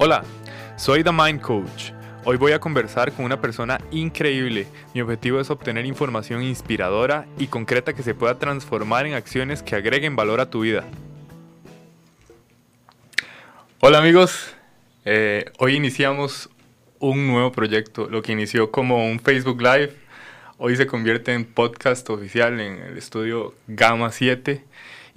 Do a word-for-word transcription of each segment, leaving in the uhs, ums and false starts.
Hola, soy The Mind Coach. Hoy voy a conversar con una persona increíble. Mi objetivo es obtener información inspiradora y concreta que se pueda transformar en acciones que agreguen valor a tu vida. Hola amigos, eh, hoy iniciamos un nuevo proyecto. Lo que inició como un Facebook Live, hoy se convierte en podcast oficial en el estudio Gamma siete.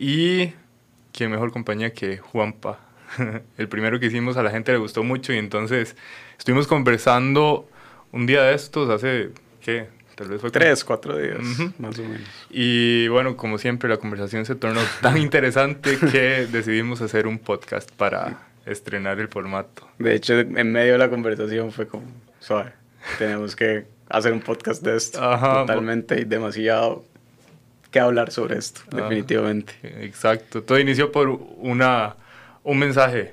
Y qué mejor compañía que Juanpa. El primero que hicimos a la gente le gustó mucho y entonces estuvimos conversando un día de estos hace, ¿qué? Tal vez fue Tres, como... cuatro días, uh-huh. más o menos. Y bueno, como siempre, la conversación se tornó tan interesante que decidimos hacer un podcast para estrenar el formato. De hecho, en medio de la conversación fue como, suave, tenemos que hacer un podcast de esto. Ajá, totalmente y demasiado que hablar sobre esto, ajá, definitivamente. Exacto, todo inició por una... un mensaje.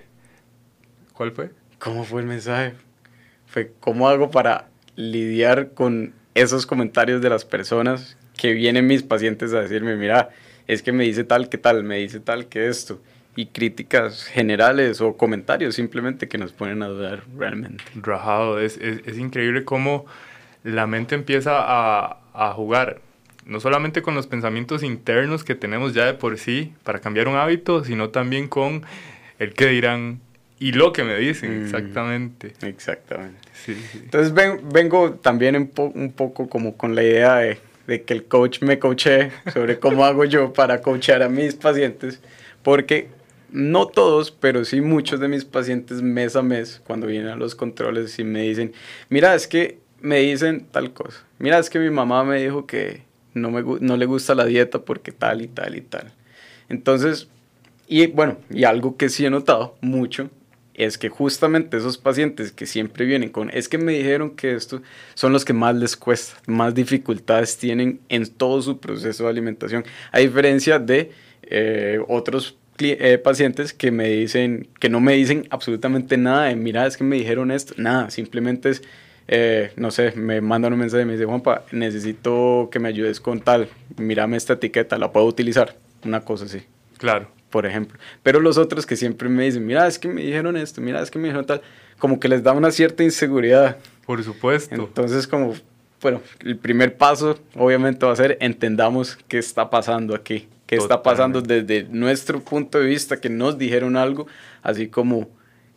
¿Cuál fue? ¿Cómo fue el mensaje? Fue, ¿cómo hago para lidiar con esos comentarios de las personas que vienen mis pacientes a decirme, mira, es que me dice tal que tal, me dice tal que esto? Y críticas generales o comentarios simplemente que nos ponen a dudar realmente. Rajado, es, es, es increíble cómo la mente empieza a, a jugar, no solamente con los pensamientos internos que tenemos ya de por sí para cambiar un hábito, sino también con el qué dirán y lo que me dicen, mm, exactamente. Exactamente. Sí, sí. Entonces ven, vengo también un, po- un poco como con la idea de, de que el coach me coachee sobre cómo hago yo para coachar a mis pacientes, porque no todos, pero sí muchos de mis pacientes mes a mes, cuando vienen a los controles y me dicen, mira, es que me dicen tal cosa, mira, es que mi mamá me dijo que no, me, no le gusta la dieta porque tal y tal y tal. Entonces... Y bueno, y algo que sí he notado mucho es que justamente esos pacientes que siempre vienen con, es que me dijeron que esto, son los que más les cuesta, más dificultades tienen en todo su proceso de alimentación, a diferencia de eh, otros eh, pacientes que me dicen, que no me dicen absolutamente nada de, mira, es que me dijeron esto, nada, simplemente es, eh, no sé, me mandan un mensaje y me dice, Juanpa, necesito que me ayudes con tal, mírame esta etiqueta, ¿la puedo utilizar? Una cosa así. Claro. Por ejemplo, pero los otros que siempre me dicen, mira, es que me dijeron esto, mira, es que me dijeron tal, como que les da una cierta inseguridad. Por supuesto. Entonces, como, bueno, el primer paso obviamente va a ser, entendamos qué está pasando aquí, qué Totalmente. Está pasando desde nuestro punto de vista, que nos dijeron algo, así como,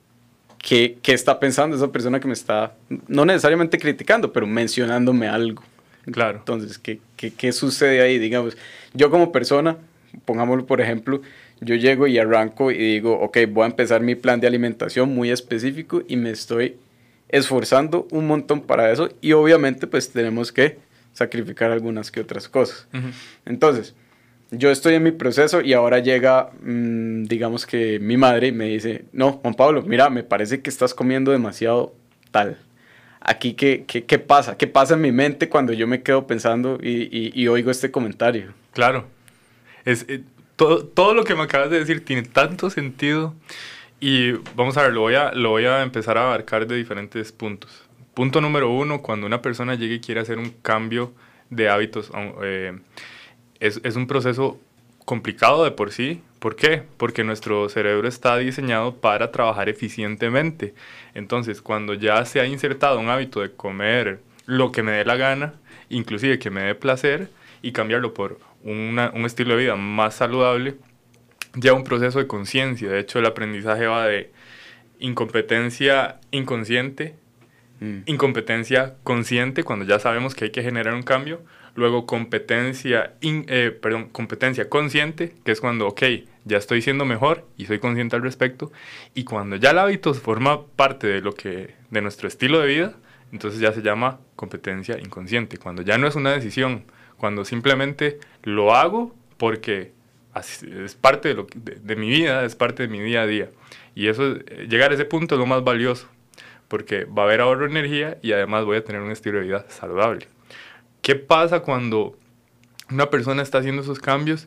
qué, qué está pensando esa persona que me está, no necesariamente criticando, pero mencionándome algo. Claro. Entonces, ¿qué, qué, qué sucede ahí? Digamos, yo como persona, pongámoslo por ejemplo, yo llego y arranco y digo, ok, voy a empezar mi plan de alimentación muy específico y me estoy esforzando un montón para eso y obviamente pues tenemos que sacrificar algunas que otras cosas. Uh-huh. Entonces, yo estoy en mi proceso y ahora llega, mmm, digamos que mi madre me dice, no, Juan Pablo, mira, me parece que estás comiendo demasiado tal. Aquí, ¿qué, qué, qué pasa? ¿Qué pasa en mi mente cuando yo me quedo pensando y, y, y oigo este comentario? Claro, es... Eh... Todo, todo lo que me acabas de decir tiene tanto sentido y vamos a ver, lo voy a, lo voy a empezar a abarcar de diferentes puntos. Punto número uno, cuando una persona llegue y quiere hacer un cambio de hábitos, eh, es, es un proceso complicado de por sí. ¿Por qué? Porque nuestro cerebro está diseñado para trabajar eficientemente. Entonces, cuando ya se ha insertado un hábito de comer lo que me dé la gana, inclusive que me dé placer, y cambiarlo por Una, un estilo de vida más saludable, ya un proceso de conciencia. De hecho, el aprendizaje va de incompetencia inconsciente, mm. incompetencia consciente, cuando ya sabemos que hay que generar un cambio, luego competencia, in, eh, perdón, competencia consciente, que es cuando, ok, ya estoy siendo mejor y soy consciente al respecto, y cuando ya el hábito forma parte de, lo que, de nuestro estilo de vida, entonces ya se llama competencia inconsciente, cuando ya no es una decisión, cuando simplemente lo hago porque es parte de, lo que, de, de mi vida, es parte de mi día a día. Y eso, llegar a ese punto es lo más valioso, porque va a haber ahorro de energía y además voy a tener un estilo de vida saludable. ¿Qué pasa cuando una persona está haciendo esos cambios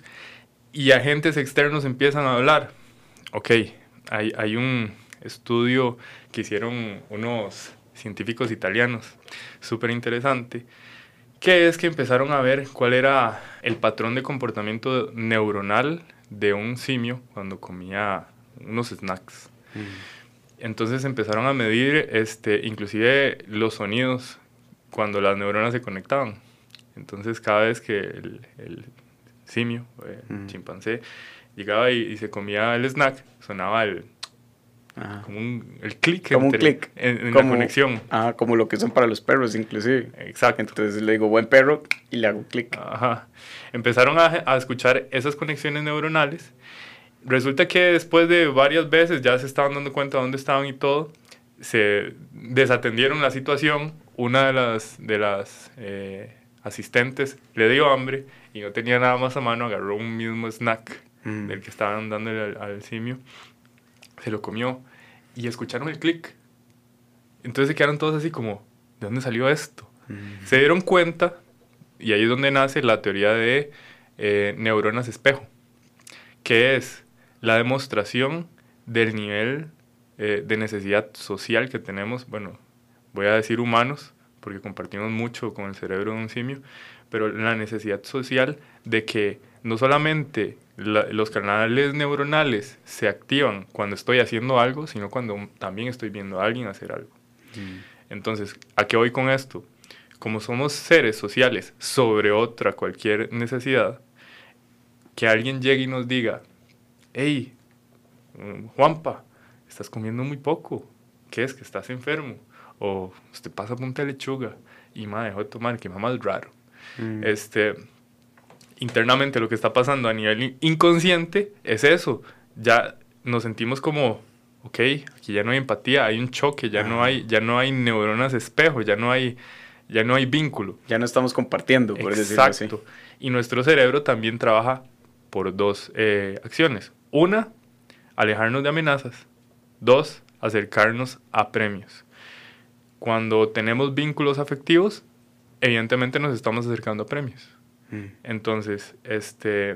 y agentes externos empiezan a hablar? Ok, hay, hay un estudio que hicieron unos científicos italianos, súper interesante, que es que empezaron a ver cuál era el patrón de comportamiento neuronal de un simio cuando comía unos snacks. Mm. Entonces empezaron a medir este, inclusive los sonidos cuando las neuronas se conectaban. Entonces cada vez que el, el simio, el mm. chimpancé, llegaba y, y se comía el snack, sonaba el... Ajá. Como un, el clic como un clic en, en como, la conexión. Ah, como lo que son para los perros inclusive. Exacto. Entonces le digo buen perro y le hago clic. Ajá. Empezaron a, a escuchar esas conexiones neuronales. Resulta que después de varias veces ya se estaban dando cuenta de dónde estaban y todo, se desatendieron la situación. Una de las, de las eh, asistentes le dio hambre y no tenía nada más a mano, agarró un mismo snack mm. del que estaban dándole al, al simio, se lo comió y escucharon el clic. Entonces se quedaron todos así como, ¿de dónde salió esto? Mm. Se dieron cuenta, y ahí es donde nace la teoría de eh, neuronas espejo, que es la demostración del nivel eh, de necesidad social que tenemos, bueno, voy a decir humanos, porque compartimos mucho con el cerebro de un simio, pero la necesidad social de que no solamente la, los canales neuronales se activan cuando estoy haciendo algo, sino cuando también estoy viendo a alguien hacer algo. Mm. Entonces, ¿a qué voy con esto? Como somos seres sociales sobre otra cualquier necesidad, que alguien llegue y nos diga, hey, Juanpa, estás comiendo muy poco, ¿qué es? ¿Que estás enfermo? O usted pasa punta de lechuga y ma, dejó de tomar, que más raro. Mm. Este, internamente lo que está pasando a nivel inconsciente es eso. Ya nos sentimos como, ok, aquí ya no hay empatía, hay un choque, ya, ah. no, hay, ya no hay neuronas espejo, ya no hay, ya no hay vínculo. Ya no estamos compartiendo, por decirlo así. Exacto. Y nuestro cerebro también trabaja por dos eh, acciones. Una, alejarnos de amenazas. Dos, acercarnos a premios. Cuando tenemos vínculos afectivos, evidentemente nos estamos acercando a premios. Mm. Entonces, este,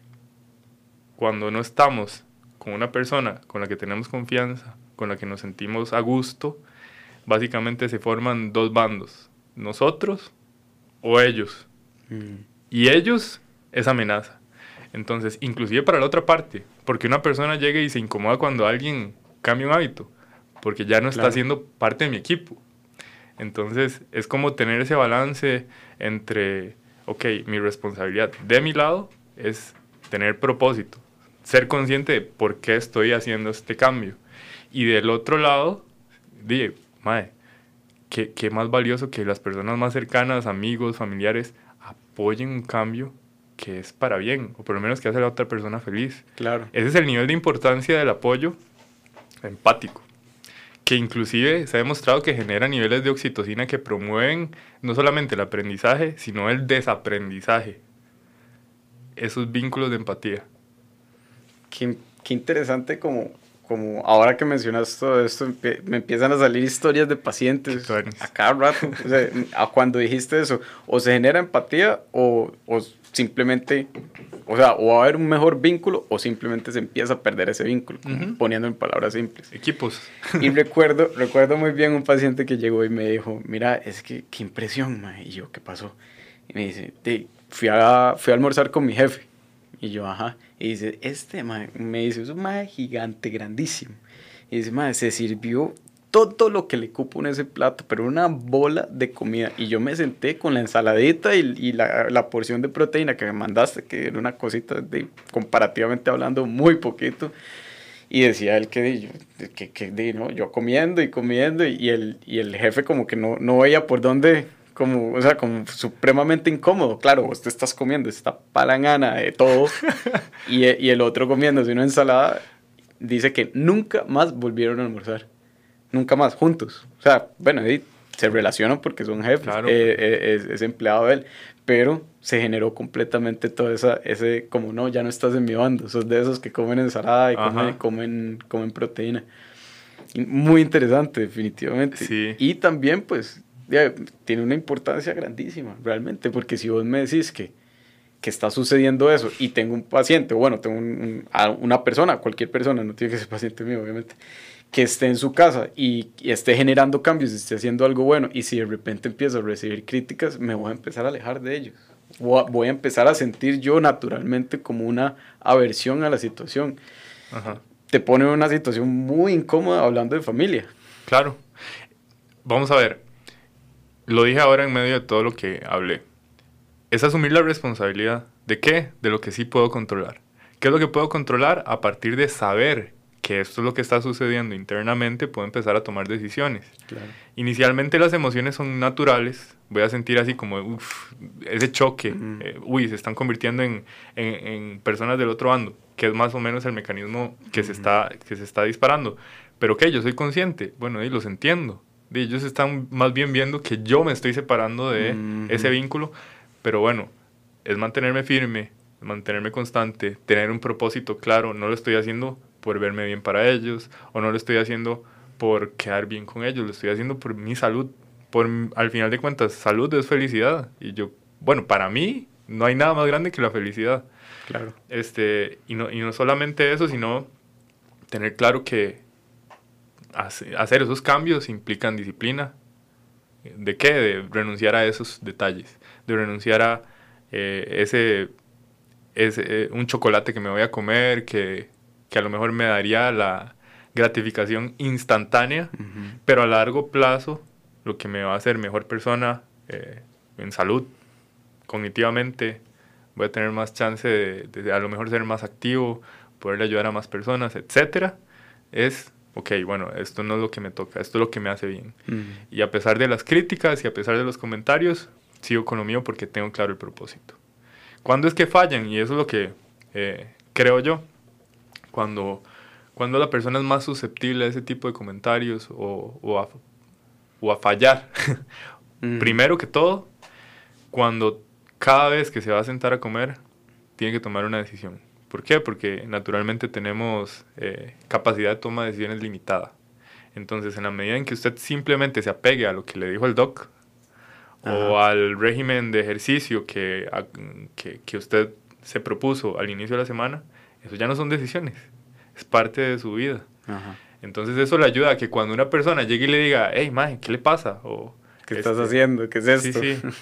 cuando no estamos con una persona con la que tenemos confianza, con la que nos sentimos a gusto, básicamente se forman dos bandos, nosotros o ellos. Mm. Y ellos es amenaza. Entonces, inclusive para la otra parte, porque una persona llega y se incomoda cuando alguien cambia un hábito, porque ya no está claro. siendo parte de mi equipo. Entonces, es como tener ese balance entre, ok, mi responsabilidad de mi lado es tener propósito, ser consciente de por qué estoy haciendo este cambio. Y del otro lado, dije, mae, ¿qué, qué más valioso que las personas más cercanas, amigos, familiares, apoyen un cambio que es para bien, o por lo menos que hace a la otra persona feliz. Claro. Ese es el nivel de importancia del apoyo empático, que inclusive se ha demostrado que genera niveles de oxitocina que promueven no solamente el aprendizaje, sino el desaprendizaje. Esos vínculos de empatía. Qué, qué interesante como, como ahora que mencionas todo esto, me empiezan a salir historias de pacientes a cada rato. O sea, a cuando dijiste eso, o se genera empatía o, o simplemente, o sea, o va a haber un mejor vínculo o simplemente se empieza a perder ese vínculo, uh-huh. poniendo en palabras simples. Equipos. Y recuerdo, recuerdo muy bien un paciente que llegó y me dijo, mira, es que qué impresión, ma. Y yo, ¿qué pasó? Y me dice, fui a, fui a almorzar con mi jefe. Y yo, ajá. Y dice, este, ma, me dice, es un ma gigante, grandísimo. Y dice, ma, se sirvió todo lo que le cupo en ese plato, pero una bola de comida. Y yo me senté con la ensaladita y, y la, la porción de proteína que me mandaste, que era una cosita, de, comparativamente hablando, muy poquito. Y decía él que, yo, que, que de, ¿no? yo comiendo y comiendo, y el, y el jefe como que no, no veía por dónde, como, o sea, como supremamente incómodo. Claro, vos te estás comiendo esta palangana de todo, y, y el otro comiéndose una ensalada. Dice que nunca más volvieron a almorzar. Nunca más, juntos. O sea, bueno, se relacionan porque son jefes, claro. eh, eh, es, es empleado de él, pero se generó completamente todo esa, ese, como no, ya no estás en mi bando, sos de esos que comen ensalada y comen, comen, comen proteína. Y muy interesante, definitivamente. Sí. Y también, pues, ya, tiene una importancia grandísima, realmente, porque si vos me decís que, que está sucediendo eso y tengo un paciente, bueno, tengo un, un, una persona, cualquier persona, no tiene que ser paciente mío, obviamente, que esté en su casa y, y esté generando cambios, esté haciendo algo bueno, y si de repente empiezo a recibir críticas, me voy a empezar a alejar de ellos. Voy a, voy a empezar a sentir yo naturalmente como una aversión a la situación. Ajá. te pone en una situación muy incómoda hablando de familia. Claro. Vamos a ver. Lo dije ahora en medio de todo lo que hablé. Es asumir la responsabilidad. ¿De qué? De lo que sí puedo controlar. ¿Qué es lo que puedo controlar? A partir de saber que esto es lo que está sucediendo internamente, puedo empezar a tomar decisiones. Claro. Inicialmente las emociones son naturales. Voy a sentir así como uf, ese choque. Uh-huh. eh, uy, se están convirtiendo en, en, en personas del otro bando, que es más o menos el mecanismo que, uh-huh. se, está, que se está disparando. ¿Pero qué? Yo soy consciente. Bueno, y los entiendo. Y ellos están más bien viendo que yo me estoy separando de uh-huh. ese vínculo. Pero bueno, es mantenerme firme, mantenerme constante, tener un propósito claro. No lo estoy haciendo por verme bien para ellos, o no lo estoy haciendo por quedar bien con ellos, lo estoy haciendo por mi salud. Por, al final de cuentas, salud es felicidad. Y yo, bueno, para mí no hay nada más grande que la felicidad. Claro. Este, y, no, y no solamente eso, sino tener claro que hacer esos cambios implican disciplina. ¿De qué? De renunciar a esos detalles, de renunciar a eh, ese, ese eh, un chocolate que me voy a comer, que, que a lo mejor me daría la gratificación instantánea, uh-huh. pero a largo plazo lo que me va a hacer mejor persona eh, en salud, cognitivamente, voy a tener más chance de, de a lo mejor ser más activo, poderle ayudar a más personas, etcétera, es ok, bueno, esto no es lo que me toca, esto es lo que me hace bien. Mm. Y a pesar de las críticas y a pesar de los comentarios, sigo con lo mío porque tengo claro el propósito. ¿Cuándo es que fallan? Y eso es lo que eh, creo yo. Cuando, cuando la persona es más susceptible a ese tipo de comentarios o, o, a, o a fallar. Mm. Primero que todo, cuando cada vez que se va a sentar a comer, tiene que tomar una decisión. ¿Por qué? Porque naturalmente tenemos eh, capacidad de toma de decisiones limitada. Entonces, en la medida en que usted simplemente se apegue a lo que le dijo el doc, ajá, o al régimen de ejercicio que, a, que, que usted se propuso al inicio de la semana, eso ya no son decisiones, es parte de su vida. Ajá. Entonces, eso le ayuda a que cuando una persona llegue y le diga, hey, maje, ¿qué le pasa? O, ¿qué este, estás haciendo? ¿Qué es esto? Sí, sí.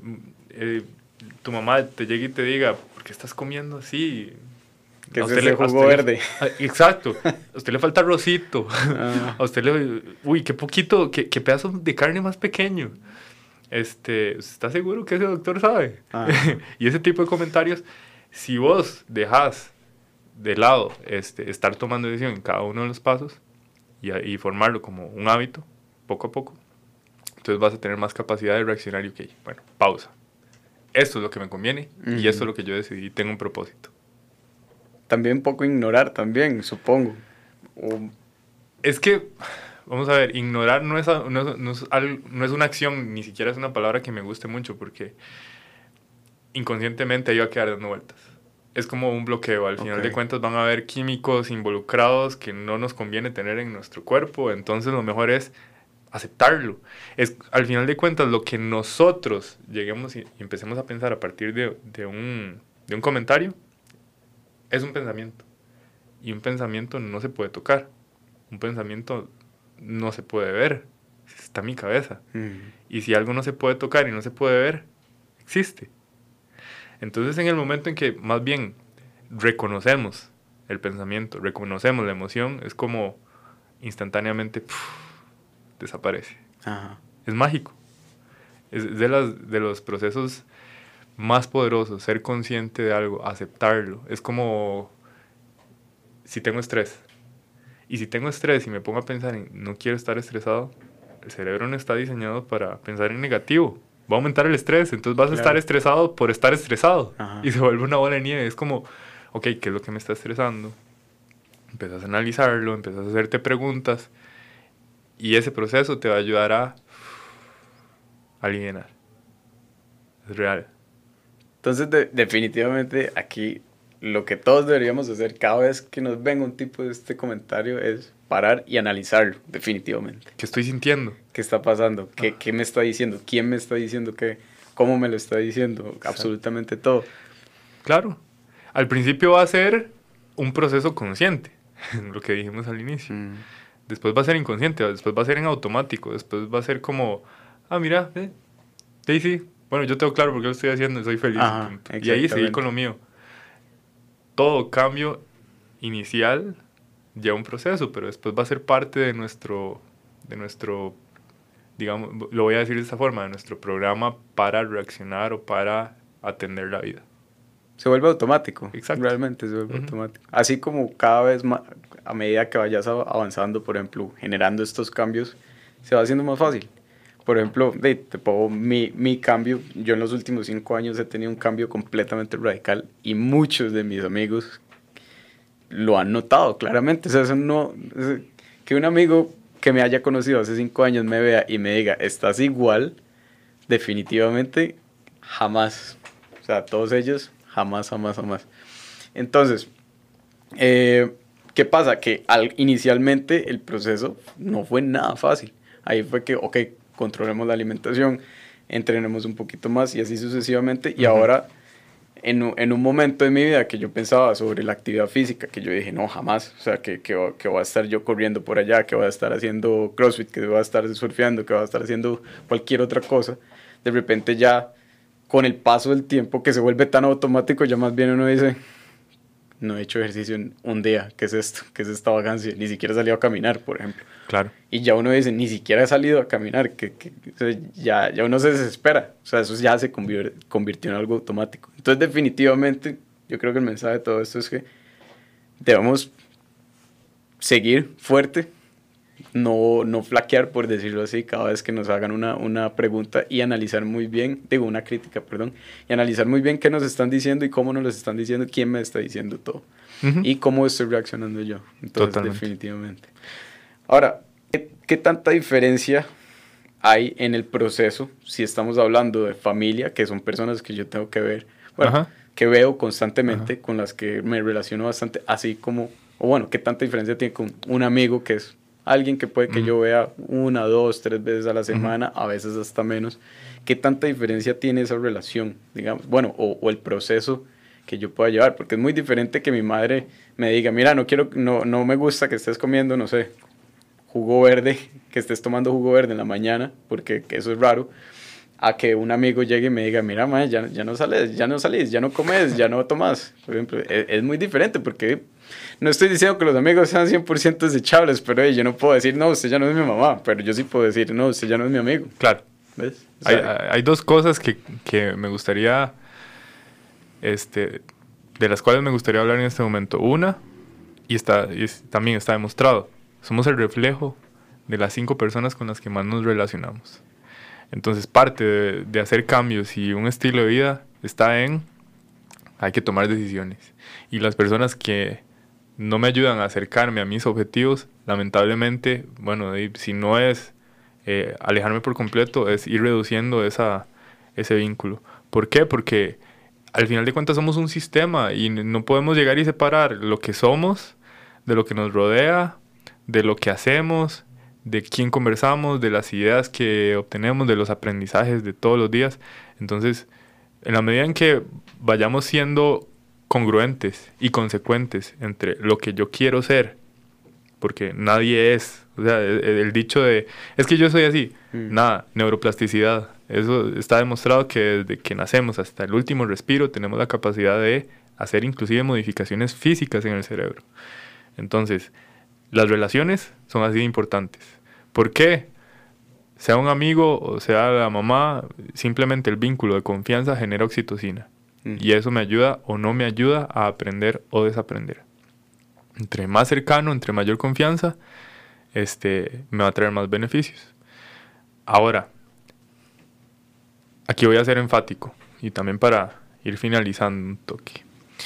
eh, tu mamá te llegue y te diga, ¿por qué estás comiendo así? Que es ese jugo verde. Le, exacto. A usted le falta arrocito. Ah. A usted le... Uy, qué poquito, qué, qué pedazo de carne más pequeño. Este, ¿está seguro que ese doctor sabe? Ah. Y ese tipo de comentarios, si vos dejás de lado este, estar tomando decisión en cada uno de los pasos y, y formarlo como un hábito, poco a poco, entonces vas a tener más capacidad de reaccionar y, ok, bueno, pausa. Esto es lo que me conviene uh-huh. y esto es lo que yo decidí, tengo un propósito. También un poco ignorar también, supongo. O... Es que, vamos a ver, ignorar no es, no, es, no, es algo, no es una acción, ni siquiera es una palabra que me guste mucho, porque inconscientemente ahí va a quedar dando vueltas. Es como un bloqueo, al final okay. de cuentas van a haber químicos involucrados que no nos conviene tener en nuestro cuerpo, entonces lo mejor es aceptarlo. Es, al final de cuentas, lo que nosotros lleguemos y, y empecemos a pensar a partir de, de, un, de un comentario, es un pensamiento. Y un pensamiento no se puede tocar. Un pensamiento no se puede ver. Está en mi cabeza. Mm. Y si algo no se puede tocar y no se puede ver, existe. Entonces, en el momento en que más bien reconocemos el pensamiento, reconocemos la emoción, es como instantáneamente puf, desaparece. Ajá. Es mágico. Es de, las, de los procesos más poderoso, ser consciente de algo, aceptarlo. Es como si tengo estrés. Y si tengo estrés y me pongo a pensar en no quiero estar estresado, el cerebro no está diseñado para pensar en negativo. Va a aumentar el estrés, entonces vas claro. a estar estresado por estar estresado. Ajá. Y se vuelve una bola de nieve. Es como, ok, ¿qué es lo que me está estresando? Empiezas a analizarlo, empiezas a hacerte preguntas y ese proceso te va a ayudar a aliviar. Es real. Entonces, de, definitivamente, aquí lo que todos deberíamos hacer cada vez que nos venga un tipo de este comentario es parar y analizarlo, definitivamente. ¿Qué estoy sintiendo? ¿Qué está pasando? ¿Qué, ah. ¿Qué me está diciendo? ¿Quién me está diciendo qué? ¿Cómo me lo está diciendo? Exacto. Absolutamente todo. Claro. Al principio va a ser un proceso consciente, lo que dijimos al inicio. Mm. Después va a ser inconsciente, después va a ser en automático, después va a ser como, ah, mira, eh, Daisy, bueno, yo tengo claro por qué lo estoy haciendo y soy feliz. Ajá, y ahí seguí con lo mío. Todo cambio inicial lleva un proceso, pero después va a ser parte de nuestro, de nuestro, digamos, lo voy a decir de esta forma, de nuestro programa para reaccionar o para atender la vida. Se vuelve automático. Exacto. Realmente se vuelve Uh-huh. automático. Así como cada vez más, a medida que vayas avanzando, por ejemplo, generando estos cambios, se va haciendo más fácil. Por ejemplo, de, te pongo mi, mi cambio. Yo en los últimos cinco años he tenido un cambio completamente radical y muchos de mis amigos lo han notado claramente. O sea, eso no, que un amigo que me haya conocido hace cinco años me vea y me diga, estás igual, definitivamente jamás. O sea, todos ellos, jamás, jamás, jamás. Entonces, eh, ¿qué pasa? Que al, inicialmente el proceso no fue nada fácil. Ahí fue que, ok, controlemos la alimentación, entrenemos un poquito más y así sucesivamente. Y uh-huh. ahora, en, en un momento de mi vida que yo pensaba sobre la actividad física, que yo dije, no, jamás. O sea, que, que, que voy a estar yo corriendo por allá, que voy a estar haciendo CrossFit, que voy a estar surfeando, que voy a estar haciendo cualquier otra cosa. De repente ya, con el paso del tiempo, que se vuelve tan automático, ya más bien uno dice, no he hecho ejercicio en un día. ¿Qué es esto? ¿Qué es esta vacancia? Ni siquiera he salido a caminar, por ejemplo. Claro. Y ya uno dice, ni siquiera he salido a caminar, que, que, o sea, ya, ya uno se desespera. O sea, eso ya se convier, convirtió en algo automático. Entonces, definitivamente, yo creo que el mensaje de todo esto es que debemos seguir fuerte, no, no flaquear, por decirlo así, cada vez que nos hagan una, una pregunta y analizar muy bien, digo, una crítica, perdón, y analizar muy bien qué nos están diciendo y cómo nos lo están diciendo, quién me está diciendo todo, uh-huh. y cómo estoy reaccionando yo. Entonces, totalmente. Definitivamente. Ahora, ¿qué, ¿qué tanta diferencia hay en el proceso si estamos hablando de familia, que son personas que yo tengo que ver, bueno, uh-huh. que veo constantemente, uh-huh. con las que me relaciono bastante, así como, o bueno, qué tanta diferencia tiene con un amigo que es alguien que puede que uh-huh. yo vea una, dos, tres veces a la semana, uh-huh. a veces hasta menos? ¿Qué tanta diferencia tiene esa relación, digamos, bueno, o, o el proceso que yo pueda llevar? Porque es muy diferente que mi madre me diga, mira, no quiero, no, no me gusta que estés comiendo, no sé, jugo verde, que estés tomando jugo verde en la mañana, porque eso es raro, a que un amigo llegue y me diga, mira, ma, ya, ya no sales, ya no salís, ya no comes, ya no tomas. Por ejemplo, es, es muy diferente, porque no estoy diciendo que los amigos sean cien por ciento desechables, pero hey, yo no puedo decir, no, usted ya no es mi mamá, pero yo sí puedo decir, no, usted ya no es mi amigo. Claro. ¿Ves? O sea, hay, hay dos cosas que, que me gustaría, este, de las cuales me gustaría hablar en este momento. Una, y, está, y es, también está demostrado, somos el reflejo de las cinco personas con las que más nos relacionamos. Entonces, parte de, de hacer cambios y un estilo de vida está en, hay que tomar decisiones. Y las personas que no me ayudan a acercarme a mis objetivos, lamentablemente, bueno, si no es eh, alejarme por completo, es ir reduciendo esa, ese vínculo. ¿Por qué? Porque al final de cuentas somos un sistema y no podemos llegar y separar lo que somos de lo que nos rodea, de lo que hacemos, de quién conversamos, de las ideas que obtenemos, de los aprendizajes de todos los días. Entonces, en la medida en que vayamos siendo congruentes y consecuentes entre lo que yo quiero ser, porque nadie es, o sea, el, el dicho de, es que yo soy así, mm. nada, neuroplasticidad. Eso está demostrado que desde que nacemos hasta el último respiro tenemos la capacidad de hacer inclusive modificaciones físicas en el cerebro. Entonces, las relaciones son así de importantes. ¿Por qué? Sea un amigo o sea la mamá, simplemente el vínculo de confianza genera oxitocina. Mm. Y eso me ayuda o no me ayuda a aprender o desaprender. Entre más cercano, entre mayor confianza, este, me va a traer más beneficios. Ahora, aquí voy a ser enfático y también para ir finalizando un toque.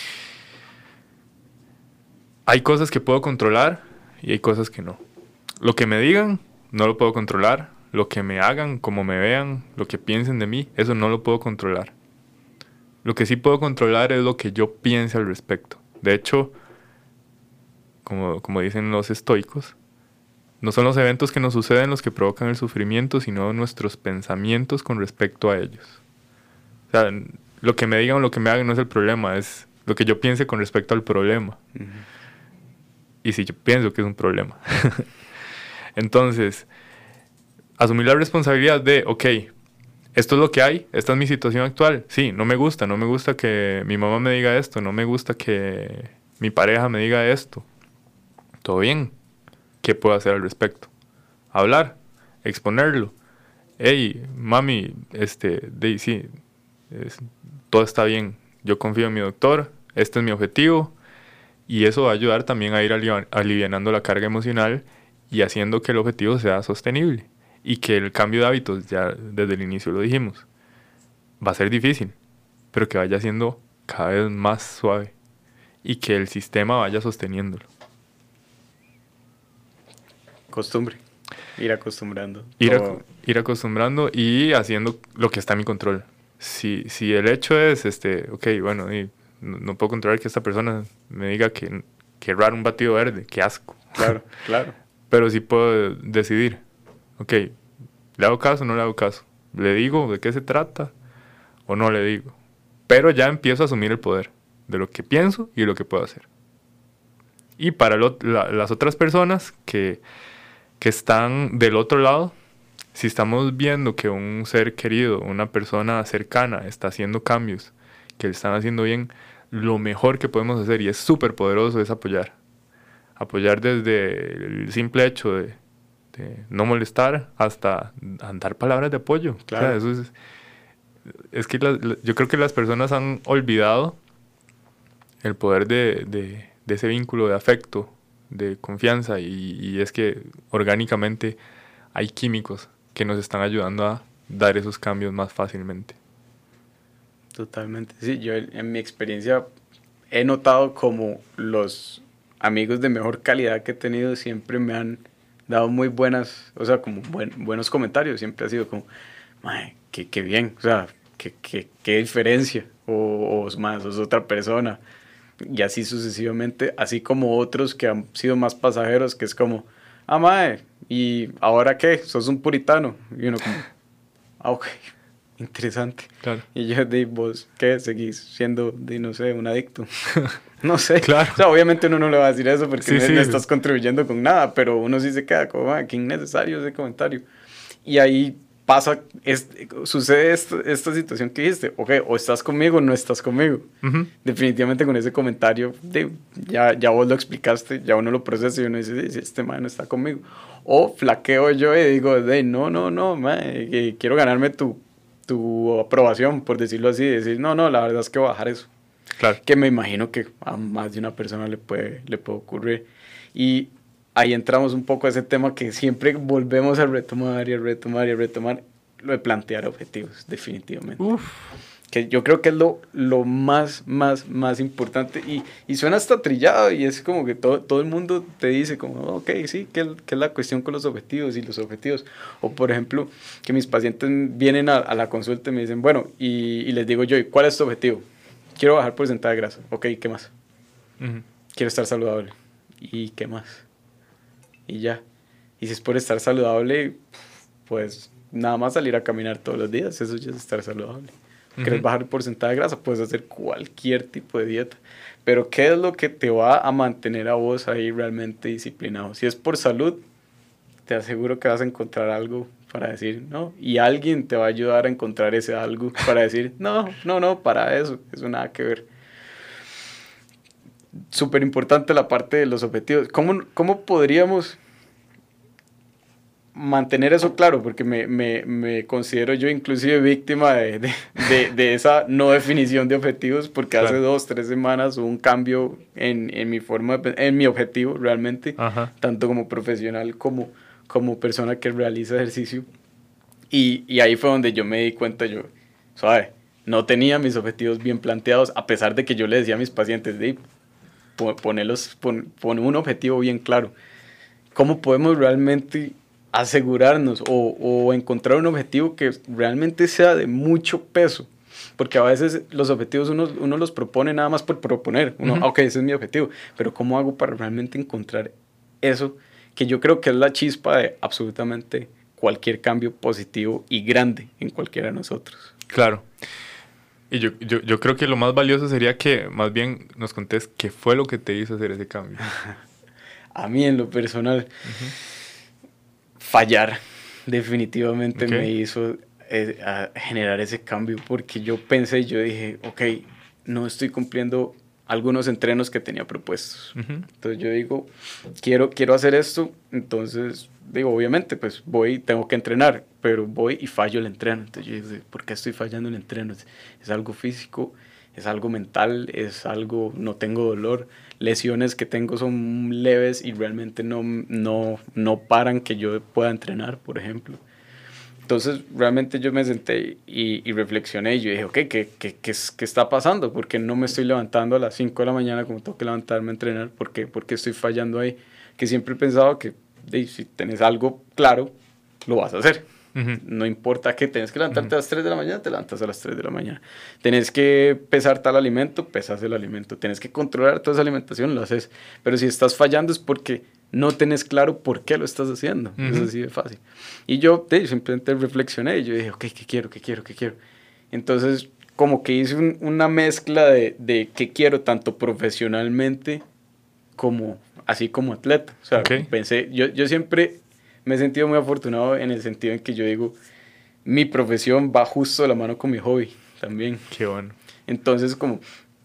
Hay cosas que puedo controlar y hay cosas que no. Lo que me digan, no lo puedo controlar. Lo que me hagan, como me vean, lo que piensen de mí, eso no lo puedo controlar. Lo que sí puedo controlar es lo que yo piense al respecto. De hecho, como, como dicen los estoicos, no son los eventos que nos suceden los que provocan el sufrimiento, sino nuestros pensamientos con respecto a ellos. O sea, lo que me digan o lo que me hagan no es el problema, es lo que yo piense con respecto al problema. Uh-huh. Y si yo pienso que es un problema. Entonces, asumir la responsabilidad de, ok, esto es lo que hay, esta es mi situación actual. Sí, no me gusta, no me gusta que mi mamá me diga esto, no me gusta que mi pareja me diga esto. todo bien. ¿Qué puedo hacer al respecto? Hablar, exponerlo. Hey, mami, este, de, sí, es, todo está bien. Yo confío en mi doctor, este es mi objetivo. Y eso va a ayudar también a ir aliv- alivianando la carga emocional y haciendo que el objetivo sea sostenible. Y que el cambio de hábitos, ya desde el inicio lo dijimos, va a ser difícil, pero que vaya siendo cada vez más suave y que el sistema vaya sosteniéndolo. Costumbre. Ir acostumbrando. Ir, Todo. acu- ir acostumbrando y haciendo lo que está en mi control. Si, si el hecho es, este, ok, bueno, y no, no puedo controlar que esta persona me diga que, que raro un batido verde, qué asco. Claro, claro. Pero sí puedo decidir, ok, ¿le hago caso o no le hago caso? ¿Le digo de qué se trata o no le digo? Pero ya empiezo a asumir el poder de lo que pienso y de lo que puedo hacer. Y para el ot- la- las otras personas que, que están del otro lado, si estamos viendo que un ser querido, una persona cercana está haciendo cambios que le están haciendo bien, lo mejor que podemos hacer, y es súper poderoso, es apoyar. Apoyar desde el simple hecho de, de no molestar hasta dar palabras de apoyo. Claro. O sea, eso es, es que la- la- yo creo que las personas han olvidado el poder de, de- de ese vínculo de afecto, de confianza, y, y es que orgánicamente hay químicos que nos están ayudando a dar esos cambios más fácilmente. Totalmente. Sí, yo en en mi experiencia he notado como los amigos de mejor calidad que he tenido siempre me han dado muy buenas, o sea, como buen- buenos comentarios. Siempre ha sido como, mae, qué, qué bien, o sea, qué, qué, qué diferencia, o, o más, sos otra persona. Y así sucesivamente, así como otros que han sido más pasajeros, que es como, ah, mae, ¿y ahora qué? ¿Sos un puritano? Y uno como, ah, ok, interesante. Claro. Y yo, de vos, ¿qué? Seguís siendo, de, no sé, un adicto. No sé. Claro. O sea, obviamente uno no le va a decir eso porque Sí, no, sí. no estás contribuyendo con nada, pero uno sí se queda como, ah, qué innecesario ese comentario. Y ahí pasa, es, sucede esto- esta situación que dijiste, ok, o estás conmigo o no estás conmigo. Ujú. Definitivamente con ese comentario, de, ya, ya vos lo explicaste, ya uno lo procesa y uno dice, sí, este man no está conmigo. O flaqueo yo y digo, de, no, no, no, man, eh, quiero ganarme tu, tu aprobación, por decirlo así, decir, no, no, la verdad es que voy a bajar eso. Claro. Que me imagino que a más de una persona le puede, le puede ocurrir. Y ahí entramos un poco a ese tema que siempre volvemos a retomar y a retomar y a retomar, lo de plantear objetivos, definitivamente. Uf. Que yo creo que es lo, lo más, más, más importante. Y, y suena hasta trillado y es como que todo, todo el mundo te dice como, ok, sí, ¿qué, qué es la cuestión con los objetivos y los objetivos? O por ejemplo, que mis pacientes vienen a, a la consulta y me dicen, bueno, y, y les digo yo, ¿y cuál es tu objetivo? Quiero bajar porcentaje de grasa. Ok, ¿qué más? Ujú. Quiero estar saludable. ¿Y qué más? Y ya. Y si es por estar saludable, pues nada más salir a caminar todos los días, eso ya es estar saludable. ¿Quieres Ujú. bajar el porcentaje de grasa? Puedes hacer cualquier tipo de dieta. Pero ¿qué es lo que te va a mantener a vos ahí realmente disciplinado? Si es por salud, te aseguro que vas a encontrar algo para decir, no. Y alguien te va a ayudar a encontrar ese algo para decir, no, no, no, para eso, eso nada que ver. Súper importante la parte de los objetivos. ¿Cómo, cómo podríamos mantener eso claro? Porque me, me, me considero yo inclusive víctima de, de, de, de esa no definición de objetivos, porque Claro. hace dos, tres semanas hubo un cambio en, en mi forma, de, en mi objetivo realmente, Ajá. tanto como profesional como, como persona que realiza ejercicio. Y, y ahí fue donde yo me di cuenta, yo, suave, no tenía mis objetivos bien planteados, a pesar de que yo le decía a mis pacientes, de, ponelos, pon, pon un objetivo bien claro. ¿Cómo podemos realmente asegurarnos o, o encontrar un objetivo que realmente sea de mucho peso? Porque a veces los objetivos uno, uno los propone nada más por proponer. Uno, Ujú. ok, ese es mi objetivo. Pero ¿cómo hago para realmente encontrar eso? Que yo creo que es la chispa de absolutamente cualquier cambio positivo y grande en cualquiera de nosotros. Claro. Y yo, yo, yo creo que lo más valioso sería que más bien nos contés qué fue lo que te hizo hacer ese cambio. A mí en lo personal, Ujú. fallar definitivamente Ok. me hizo eh, a generar ese cambio, porque yo pensé, yo dije, ok, no estoy cumpliendo algunos entrenos que tenía propuestos. Ujú. Entonces yo digo, quiero, quiero hacer esto, entonces digo, obviamente, pues voy, tengo que entrenar, pero voy y fallo el entreno. Entonces yo digo, ¿por qué estoy fallando el entreno? ¿Es, es algo físico? ¿Es algo mental? ¿Es algo, no tengo dolor? Lesiones que tengo son leves y realmente no, no, no paran que yo pueda entrenar, por ejemplo. Entonces, realmente yo me senté y, y reflexioné y yo dije, ok, ¿qué, qué, qué, es- qué está pasando? ¿Por qué no me estoy levantando a las cinco de la mañana como tengo que levantarme a entrenar? ¿Por qué, por qué estoy fallando ahí? Que siempre he pensado que de, si tenés algo claro, lo vas a hacer. Ujú. No importa que tenés que levantarte Ujú. a las tres de la mañana, te levantas a las tres de la mañana. Tenés que pesar tal alimento, pesas el alimento. Tenés que controlar toda esa alimentación, lo haces. Pero si estás fallando es porque no tenés claro por qué lo estás haciendo. Ujú. Es así de fácil. Y yo de, simplemente reflexioné y yo dije, ok, ¿qué quiero, qué quiero, qué quiero? Entonces, como que hice un- una mezcla de, de qué quiero tanto profesionalmente como así como atleta. O sea, Ok. pensé, yo, yo siempre me he sentido muy afortunado en el sentido en que yo digo, mi profesión va justo de la mano con mi hobby también. Qué bueno. Entonces, como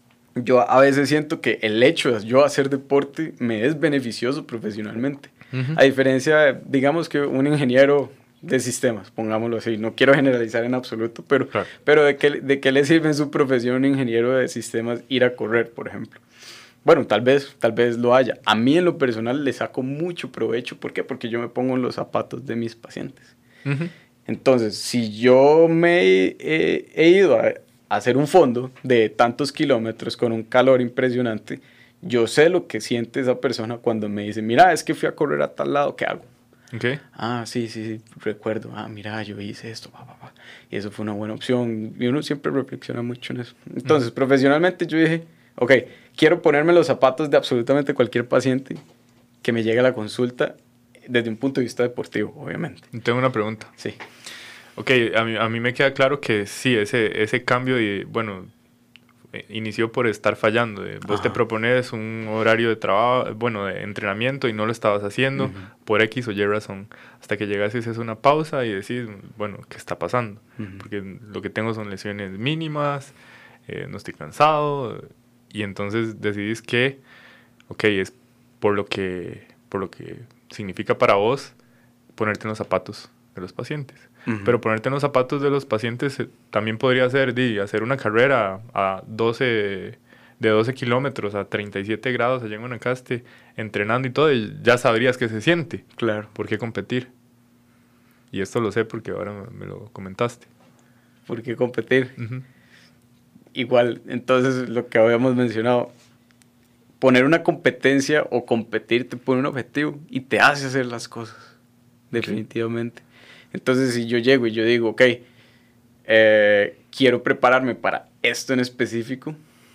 yo a veces siento que el hecho de yo hacer deporte me es beneficioso profesionalmente. Ujú. A diferencia, de, digamos que un ingeniero de sistemas, pongámoslo así, no quiero generalizar en absoluto, pero, Claro. pero ¿de qué, de qué le sirve en su profesión un ingeniero de sistemas ir a correr, por ejemplo? Bueno, tal vez, tal vez lo haya. A mí en lo personal le saco mucho provecho. ¿Por qué? Porque yo me pongo en los zapatos de mis pacientes. Ujú. Entonces, si yo me he, he- he ido a, a hacer un fondo de tantos kilómetros con un calor impresionante, yo sé lo que siente esa persona cuando me dice, mira, es que fui a correr a tal lado, ¿qué hago? Ok. Ah, sí, sí, sí, recuerdo. Ah, mira, yo hice esto, pa, pa, pa. Y eso fue una buena opción. Y uno siempre reflexiona mucho en eso. Entonces, Ujú. profesionalmente yo dije, ok, quiero ponerme los zapatos de absolutamente cualquier paciente que me llegue a la consulta desde un punto de vista deportivo, obviamente. Tengo una pregunta. Sí. Ok, a mí, a mí me queda claro que sí, ese, ese cambio, de, bueno, eh, inició por estar fallando. de- Vos te Ajá. propones un horario de trabajo, bueno, de entrenamiento y no lo estabas haciendo Ujú, por X o Y razón. Hasta que llegas y haces una pausa y decís, bueno, ¿qué está pasando? ujú. Porque lo que tengo son lesiones mínimas, eh, no estoy cansado, y entonces decidís que, ok, es por lo que, por lo que significa para vos ponerte en los zapatos de los pacientes. Ujú. Pero ponerte en los zapatos de los pacientes eh, también podría ser di, hacer una carrera a doce, de doce kilómetros a treinta y siete grados allá en Guanacaste, entrenando y todo, y ya sabrías qué se siente. Claro. ¿Por qué competir? Y esto lo sé porque ahora me, me lo comentaste. ¿Por qué competir? Ujú. Igual, entonces lo que habíamos mencionado, poner una competencia o competir te pone un objetivo y te hace hacer las cosas, definitivamente. Entonces, si yo llego y yo digo, ok, eh, quiero prepararme para esto en específico,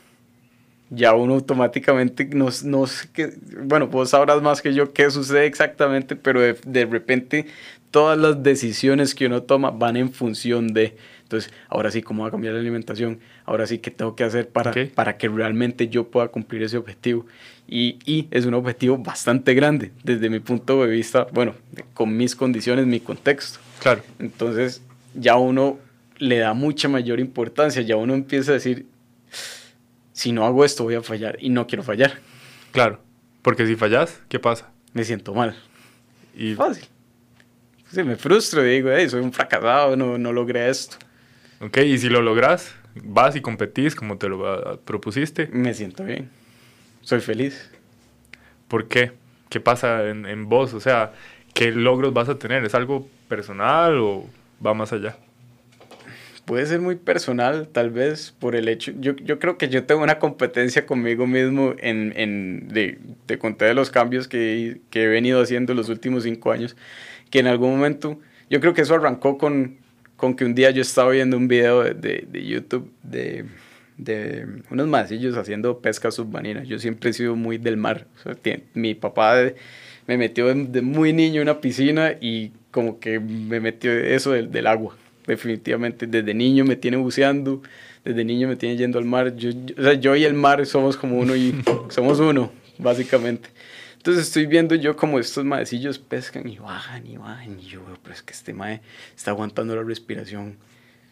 ya uno automáticamente no, no sé qué, bueno, vos sabrás más que yo qué sucede exactamente, pero de, de repente todas las decisiones que uno toma van en función de, entonces, ahora sí, ¿cómo va a cambiar la alimentación? Ahora sí, ¿qué tengo que hacer para, Ok. para que realmente yo pueda cumplir ese objetivo? Y, y es un objetivo bastante grande desde mi punto de vista, bueno, con mis condiciones, mi contexto. Claro, Entonces, ya uno le da mucha mayor importancia, ya uno empieza a decir, si no hago esto voy a fallar y no quiero fallar, claro. Porque si fallas, ¿qué pasa? me siento mal. Y, Fácil. Sí, me frustro y digo, hey, soy un fracasado, no, no logré esto. ok, y si lo logras, vas y competís como te lo ah, propusiste. Me siento bien, soy feliz. ¿Por qué? ¿Qué pasa en, en vos? O sea, ¿qué logros vas a tener? ¿Es algo personal o va más allá? Puede ser muy personal, tal vez, por el hecho, yo, yo creo que yo tengo una competencia conmigo mismo en, en de, te conté de los cambios que, que he venido haciendo los últimos cinco años, que en algún momento, yo creo que eso arrancó con, con que un día yo estaba viendo un video de, de, de YouTube de, de unos macillos haciendo pesca submarina. Yo siempre he sido muy del mar. O sea, tie- mi papá de- me metió de, de muy niño en una piscina y como que me metió eso del, del agua. Definitivamente, desde niño me tiene buceando, desde niño me tiene yendo al mar. Yo, yo- o sea, yo y el mar somos como uno y somos uno, básicamente. Entonces estoy viendo yo como estos maecillos pescan y bajan y bajan y yo veo, pero es que este mae está aguantando la respiración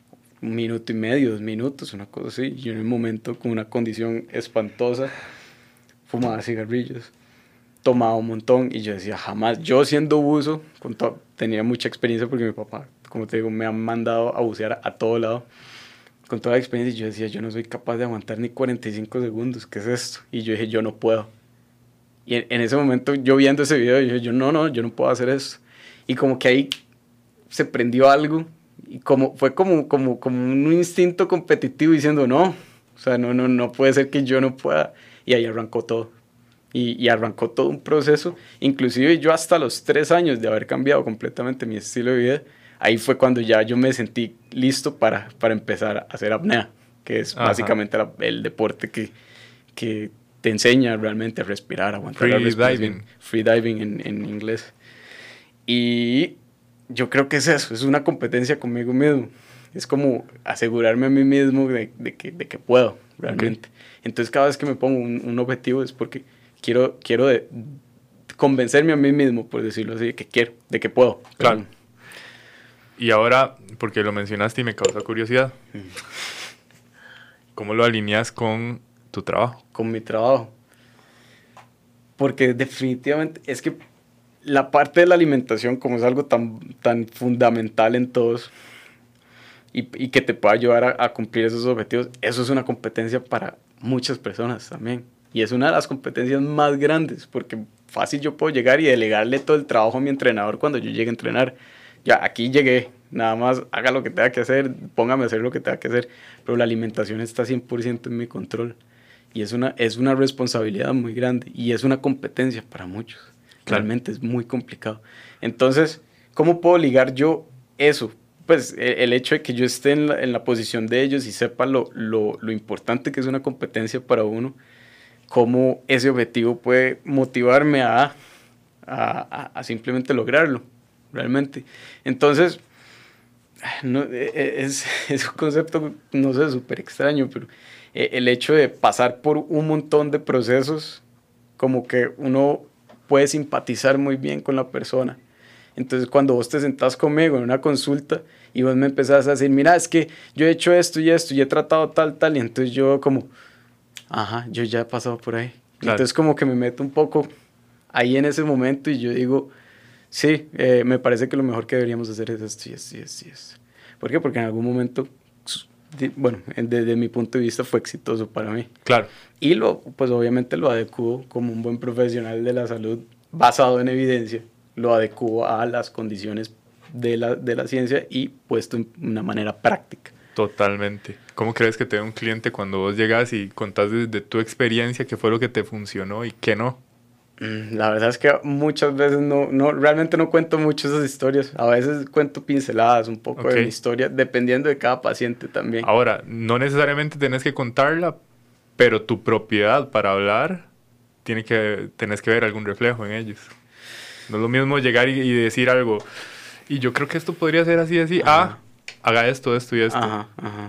un minuto y medio, dos minutos, una cosa así. Yo en un momento con una condición espantosa fumaba cigarrillos, tomaba un montón y yo decía, jamás, yo siendo buzo, con to- tenía mucha experiencia porque mi papá, como te digo, me han mandado a bucear a, a todo lado. Con toda la experiencia yo decía, yo no soy capaz de aguantar ni cuarenta y cinco segundos, ¿qué es esto? Y yo dije, yo no puedo. Y en, en ese momento yo viendo ese video, yo dije, yo no, no, yo no puedo hacer eso. Y como que ahí se prendió algo y como, fue como, como, como un instinto competitivo diciendo, no, o sea, no, no, no puede ser que yo no pueda. Y ahí arrancó todo. Y, y arrancó todo un proceso. Inclusive yo hasta los tres años de haber cambiado completamente mi estilo de vida, ahí fue cuando ya yo me sentí listo para, para empezar a hacer apnea, que es Ajá. básicamente la, el deporte que, que te enseña realmente a respirar, a aguantar la respiración. Free diving en, en inglés. Y yo creo que es eso, es una competencia conmigo mismo. Es como asegurarme a mí mismo de, de, que, de que puedo, realmente. Okay. Entonces cada vez que me pongo un, un objetivo es porque quiero, quiero de, convencerme a mí mismo, por decirlo así, de que quiero, de que puedo. Claro. Pero, y ahora, porque lo mencionaste y me causa curiosidad, ¿cómo lo alineas con tu trabajo? Con mi trabajo. Porque definitivamente es que la parte de la alimentación, como es algo tan, tan fundamental en todos y, y que te puede ayudar a, a cumplir esos objetivos, eso es una competencia para muchas personas también. Y es una de las competencias más grandes, porque fácil yo puedo llegar y delegarle todo el trabajo a mi entrenador cuando yo llegue a entrenar. Ya, aquí llegué, nada más haga lo que tenga que hacer, póngame a hacer lo que tenga que hacer, pero la alimentación está cien por ciento en mi control. Y es una, es una responsabilidad muy grande y es una competencia para muchos. Claro. Realmente es muy complicado. Entonces, ¿cómo puedo ligar yo eso? Pues el, el hecho de que yo esté en la, en la posición de ellos y sepa lo, lo, lo importante que es una competencia para uno, cómo ese objetivo puede motivarme a, a, a, a simplemente lograrlo, realmente. Entonces, no, es, es un concepto, no sé, súper extraño, pero el hecho de pasar por un montón de procesos, como que uno puede simpatizar muy bien con la persona. Entonces, cuando vos te sentás conmigo en una consulta y vos me empezás a decir, mira, es que yo he hecho esto y esto y he tratado tal, tal, y entonces yo como, ajá, yo ya he pasado por ahí. Claro. Entonces, como que me meto un poco ahí en ese momento y yo digo, sí, eh, me parece que lo mejor que deberíamos hacer es esto y esto y esto y esto. ¿Por qué? Porque en algún momento, bueno, desde mi punto de vista fue exitoso para mí. Claro. Y lo, pues obviamente lo adecuo como un buen profesional de la salud basado en evidencia, lo adecuo a las condiciones de la, de la ciencia y puesto en una manera práctica. Totalmente. ¿Cómo crees que te ve un cliente cuando vos llegas y contás desde tu experiencia qué fue lo que te funcionó y qué no? La verdad es que muchas veces no, no, realmente no cuento mucho esas historias. A veces cuento pinceladas un poco okay. de mi historia, dependiendo de cada paciente también. Ahora, no necesariamente tenés que contarla, pero tu propiedad para hablar, tiene que, tenés que ver algún reflejo en ellos. No es lo mismo llegar y, y decir algo, y yo creo que esto podría ser así, así, ajá. ah, haga esto, esto y esto. Ajá, ajá.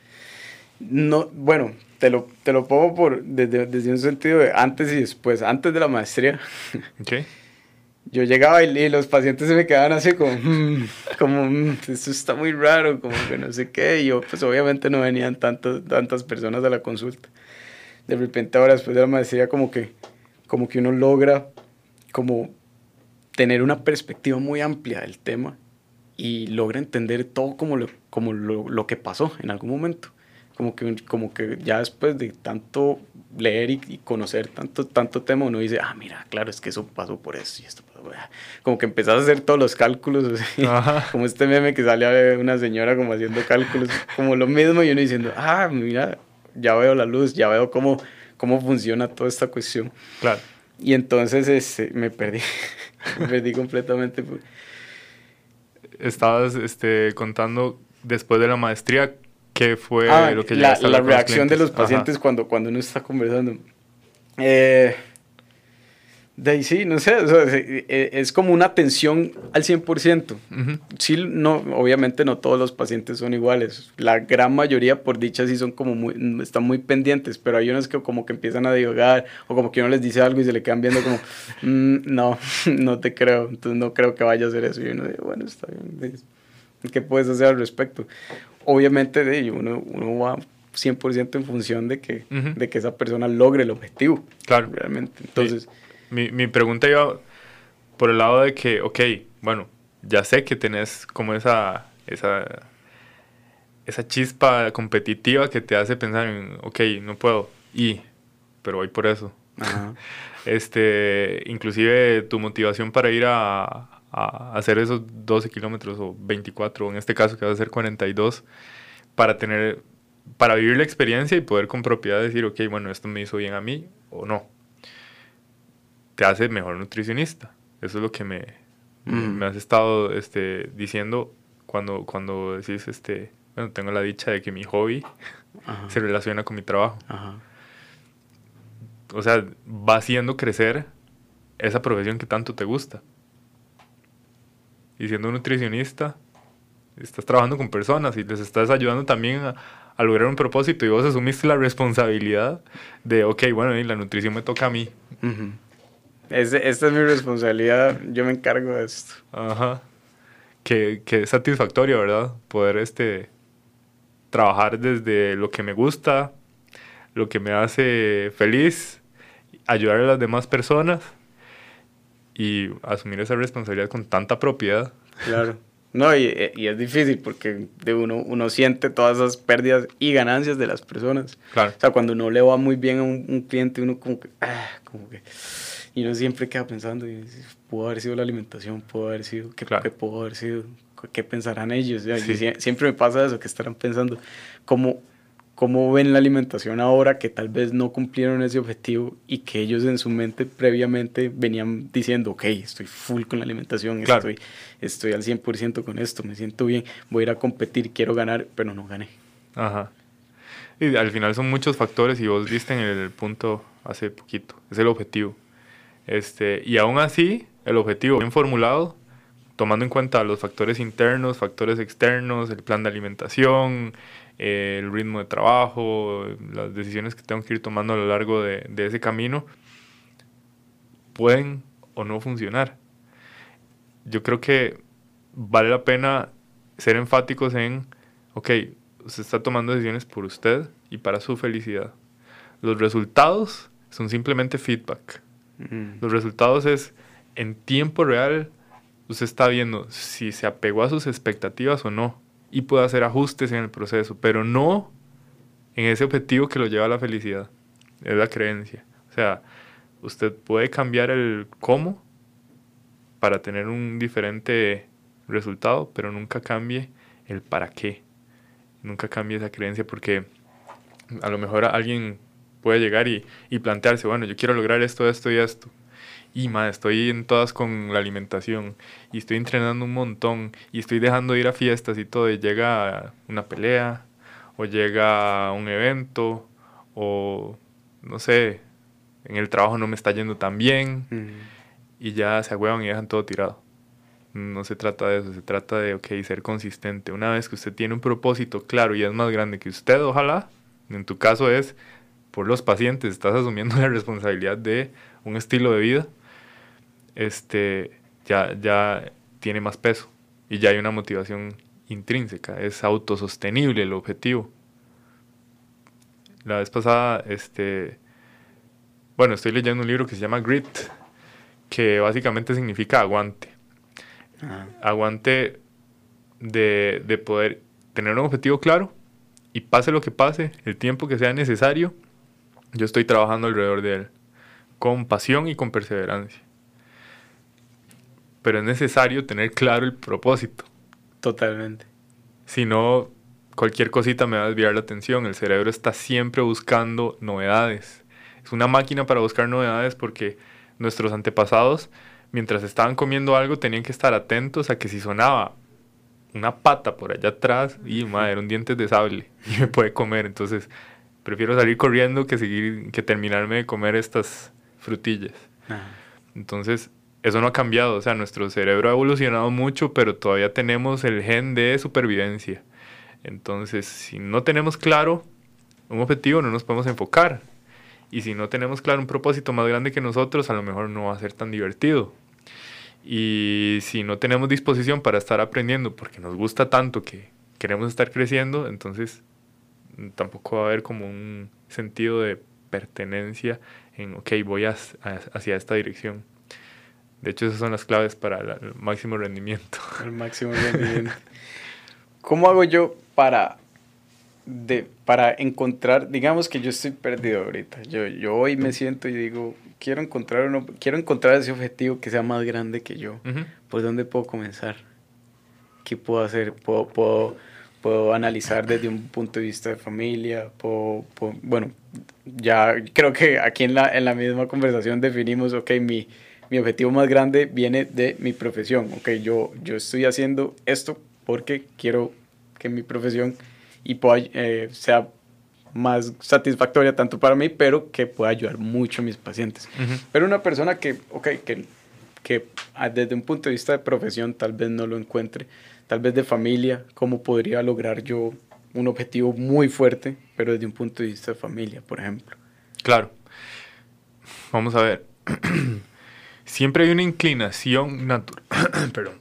No, bueno... Te lo, te lo pongo por, desde, desde un sentido de antes y después. Antes de la maestría, okay. yo llegaba y, y los pacientes se me quedaban así como, mmm, como mmm, esto está muy raro, como que no sé qué. Y yo, pues obviamente no venían tanto, tantas personas a la consulta. De repente ahora, después de la maestría, como que, como que uno logra como tener una perspectiva muy amplia del tema y logra entender todo como lo, como lo, lo que pasó en algún momento. Como que, como que ya después de tanto leer y, y conocer tanto, tanto tema, uno dice, ah, mira, claro, es que eso pasó por eso y esto pasó por eso. Como que empezás a hacer todos los cálculos, así, como este meme que sale a una señora como haciendo cálculos, como lo mismo, y uno diciendo, ah, mira, ya veo la luz, ya veo cómo, cómo funciona toda esta cuestión. Claro. Y entonces este, me perdí, me perdí completamente. Estabas este, contando después de la maestría, ¿qué fue ah, lo que la, la reacción los de los pacientes cuando, cuando uno está conversando? Eh, de ahí sí, no sé, o sea, es, es como una atención al cien por ciento. Uh-huh. Sí, no, obviamente no todos los pacientes son iguales. La gran mayoría, por dicha, sí son como muy, están muy pendientes, pero hay unos que como que empiezan a divagar o como que uno les dice algo y se le quedan viendo como, mm, no, no te creo, entonces no creo que vaya a hacer eso. Y uno dice, bueno, está bien, ¿qué puedes hacer al respecto? obviamente de uno, uno va cien por ciento en función de que, uh-huh. de que esa persona logre el objetivo. Claro. Realmente. Entonces, mi, mi pregunta iba por el lado de que, ok, bueno, ya sé que tenés como esa, esa, esa chispa competitiva que te hace pensar en, ok, no puedo, y, pero voy por eso. ajá. este, inclusive tu motivación para ir a, a hacer esos doce kilómetros o veinticuatro, en este caso que vas a hacer cuarenta y dos, para tener, para vivir la experiencia y poder con propiedad decir, ok, bueno, esto me hizo bien a mí o no. Te hace mejor nutricionista. Eso es lo que me, mm. me, me has estado este, diciendo cuando, cuando decís, este, bueno, tengo la dicha de que mi hobby Ajá. se relaciona con mi trabajo. Ajá. O sea, va haciendo crecer esa profesión que tanto te gusta. Y siendo nutricionista, estás trabajando con personas y les estás ayudando también a, a lograr un propósito, y vos asumiste la responsabilidad de, ok, bueno, y la nutrición me toca a mí. Uh-huh. Este, esta es mi responsabilidad, yo me encargo de esto. Ajá. Que, que es satisfactorio, ¿verdad? Poder este, trabajar desde lo que me gusta, lo que me hace feliz, ayudar a las demás personas y asumir esa responsabilidad con tanta propiedad. Claro. No, y, y es difícil porque de uno, uno siente todas esas pérdidas y ganancias de las personas. Claro. O sea, cuando uno le va muy bien a un, un cliente, uno como que, ah, como que... Y uno siempre queda pensando, y dice, pudo haber sido la alimentación, pudo haber sido, ¿qué, claro. ¿qué pudo haber sido? ¿Qué pensarán ellos? O sea, sí. Siempre me pasa eso, que estarán pensando, ¿cómo, ¿cómo ven la alimentación ahora que tal vez no cumplieron ese objetivo y que ellos en su mente previamente venían diciendo, ok, estoy full con la alimentación, claro. estoy, estoy al cien por ciento con esto, me siento bien, voy a ir a competir, quiero ganar, pero no gané. Ajá. Y al final son muchos factores y vos viste en el punto hace poquito, es el objetivo. Este, y aún así, el objetivo bien formulado, tomando en cuenta los factores internos, factores externos, el plan de alimentación, eh, el ritmo de trabajo, las decisiones que tengo que ir tomando a lo largo de, de ese camino, pueden o no funcionar. Yo creo que vale la pena ser enfáticos en, ok, usted está tomando decisiones por usted y para su felicidad. Los resultados son simplemente feedback. Los resultados es, en tiempo real, usted está viendo si se apegó a sus expectativas o no, y puede hacer ajustes en el proceso, pero no en ese objetivo que lo lleva a la felicidad. Es la creencia. O sea, usted puede cambiar el cómo para tener un diferente resultado, pero nunca cambie el para qué. Nunca cambie esa creencia, porque a lo mejor alguien puede llegar y, y plantearse, bueno, yo quiero lograr esto, esto y esto. Y, man, estoy en todas con la alimentación. Y estoy entrenando un montón. Y estoy dejando de ir a fiestas y todo. Y llega una pelea. O llega un evento. O, no sé, en el trabajo no me está yendo tan bien. Mm. Y ya se agüevan y dejan todo tirado. No se trata de eso. Se trata de, ok, ser consistente. Una vez que usted tiene un propósito claro y es más grande que usted, ojalá, en tu caso es... por los pacientes, estás asumiendo la responsabilidad de un estilo de vida, este, ya, ya tiene más peso y ya hay una motivación intrínseca, es autosostenible el objetivo. La vez pasada, este, bueno, estoy leyendo un libro que se llama Grit, que básicamente significa aguante. Ajá. Aguante de, de poder tener un objetivo claro y pase lo que pase, el tiempo que sea necesario, yo estoy trabajando alrededor de él, con pasión y con perseverancia. Pero es necesario tener claro el propósito. Totalmente. Si no, cualquier cosita me va a desviar la atención. El cerebro está siempre buscando novedades. Es una máquina para buscar novedades porque nuestros antepasados, mientras estaban comiendo algo, tenían que estar atentos a que si sonaba una pata por allá atrás, y madre, era un diente de sable y me puede comer. Entonces... prefiero salir corriendo que seguir que terminarme de comer estas frutillas. Ajá. Entonces, eso no ha cambiado. O sea, nuestro cerebro ha evolucionado mucho, pero todavía tenemos el gen de supervivencia. Entonces, si no tenemos claro un objetivo, no nos podemos enfocar. Y si no tenemos claro un propósito más grande que nosotros, a lo mejor no va a ser tan divertido. Y si no tenemos disposición para estar aprendiendo, porque nos gusta tanto que, queremos estar creciendo, entonces tampoco va a haber como un sentido de pertenencia en, ok, voy a, a, hacia esta dirección. De hecho, esas son las claves para el, el máximo rendimiento. El máximo rendimiento. ¿Cómo hago yo para, de, para encontrar, digamos que yo estoy perdido ahorita, yo, yo hoy me siento y digo, quiero encontrar, uno, quiero encontrar ese objetivo que sea más grande que yo, uh-huh. ¿Por dónde puedo comenzar? ¿Qué puedo hacer? ¿Puedo, puedo, puedo analizar desde un punto de vista de familia? ¿Puedo, puedo, bueno, ya creo que aquí en la, en la misma conversación definimos, ok, mi, mi objetivo más grande viene de mi profesión, ok, yo, yo estoy haciendo esto porque quiero que mi profesión y pueda, eh, sea más satisfactoria tanto para mí, pero que pueda ayudar mucho a mis pacientes. Uh-huh. Pero una persona que, ok, que, que desde un punto de vista de profesión tal vez no lo encuentre, tal vez de familia, ¿cómo podría lograr yo un objetivo muy fuerte, pero desde un punto de vista de familia, por ejemplo? Claro. Vamos a ver. Siempre hay una inclinación natural. Perdón.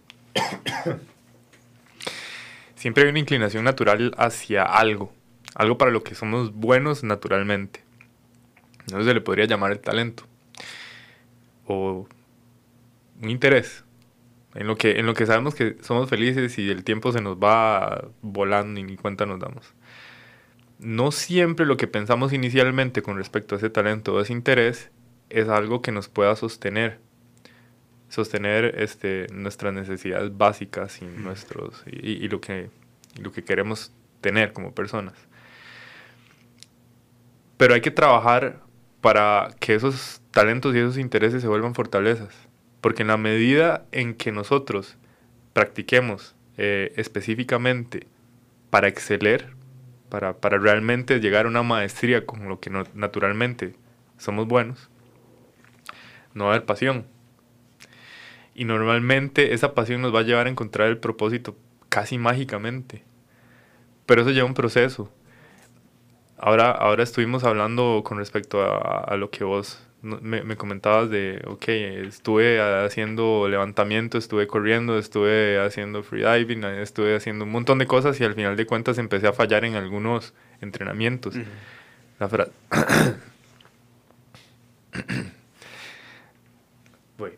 Siempre hay una inclinación natural hacia algo. Algo para lo que somos buenos naturalmente. Eso se le podría llamar el talento. O un interés. En lo que, en lo que sabemos que somos felices y el tiempo se nos va volando y ni cuenta nos damos. No siempre lo que pensamos inicialmente con respecto a ese talento o ese interés es algo que nos pueda sostener. Sostener este, nuestras necesidades básicas y, nuestros, y, y, lo que, y lo que queremos tener como personas. Pero hay que trabajar para que esos talentos y esos intereses se vuelvan fortalezas. Porque en la medida en que nosotros practiquemos eh, específicamente para exceler, para, para realmente llegar a una maestría con lo que no, naturalmente somos buenos, no va a haber pasión. Y normalmente esa pasión nos va a llevar a encontrar el propósito casi mágicamente. Pero eso lleva un proceso. Ahora, ahora estuvimos hablando con respecto a, a lo que vos me, me comentabas de, ok, estuve haciendo levantamiento, estuve corriendo, estuve haciendo freediving, estuve haciendo un montón de cosas y al final de cuentas empecé a fallar en algunos entrenamientos. Uh-huh. La frase... Voy.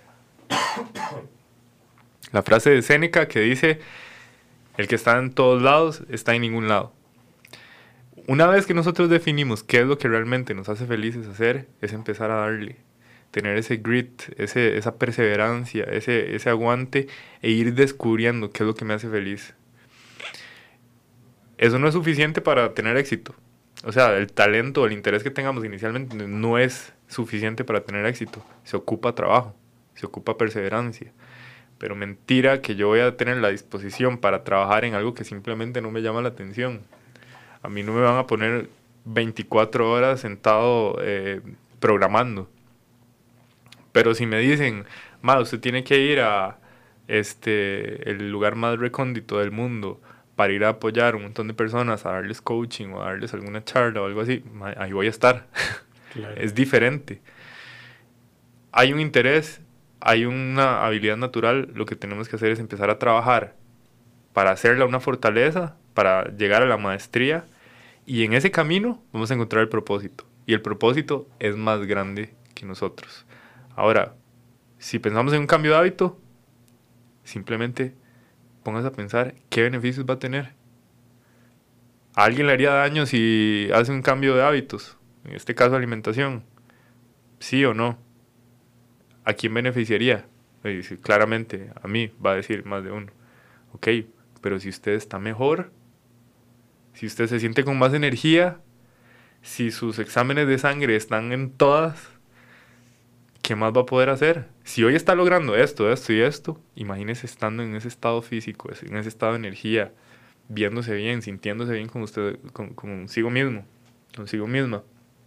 La frase de Séneca que dice, el que está en todos lados está en ningún lado. Una vez que nosotros definimos qué es lo que realmente nos hace felices hacer, es empezar a darle, tener ese grit, ese, esa perseverancia, ese, ese aguante e ir descubriendo qué es lo que me hace feliz. Eso no es suficiente para tener éxito. O sea, el talento, el interés que tengamos inicialmente no es suficiente para tener éxito. Se ocupa trabajo, se ocupa perseverancia. Pero mentira que yo voy a tener la disposición para trabajar en algo que simplemente no me llama la atención. A mí no me van a poner veinticuatro horas sentado eh, programando. Pero si me dicen, ma, usted tiene que ir a este, el lugar más recóndito del mundo para ir a apoyar a un montón de personas, a darles coaching o a darles alguna charla o algo así, ma, ahí voy a estar. Claro. Es diferente. Hay un interés, hay una habilidad natural. Lo que tenemos que hacer es empezar a trabajar para hacerla una fortaleza, para llegar a la maestría, y en ese camino vamos a encontrar el propósito, y el propósito es más grande que nosotros. Ahora, si pensamos en un cambio de hábito, simplemente póngase a pensar qué beneficios va a tener. ¿A alguien le haría daño si hace un cambio de hábitos? En este caso, alimentación. ¿Sí o no? ¿A quién beneficiaría? Pues, claramente, a mí, va a decir más de uno. Ok, pero si usted está mejor, si usted se siente con más energía, si sus exámenes de sangre están en todas, ¿qué más va a poder hacer? Si hoy está logrando esto, esto y esto, imagínese estando en ese estado físico, en ese estado de energía, viéndose bien, sintiéndose bien con usted, con, consigo mismo, consigo misma.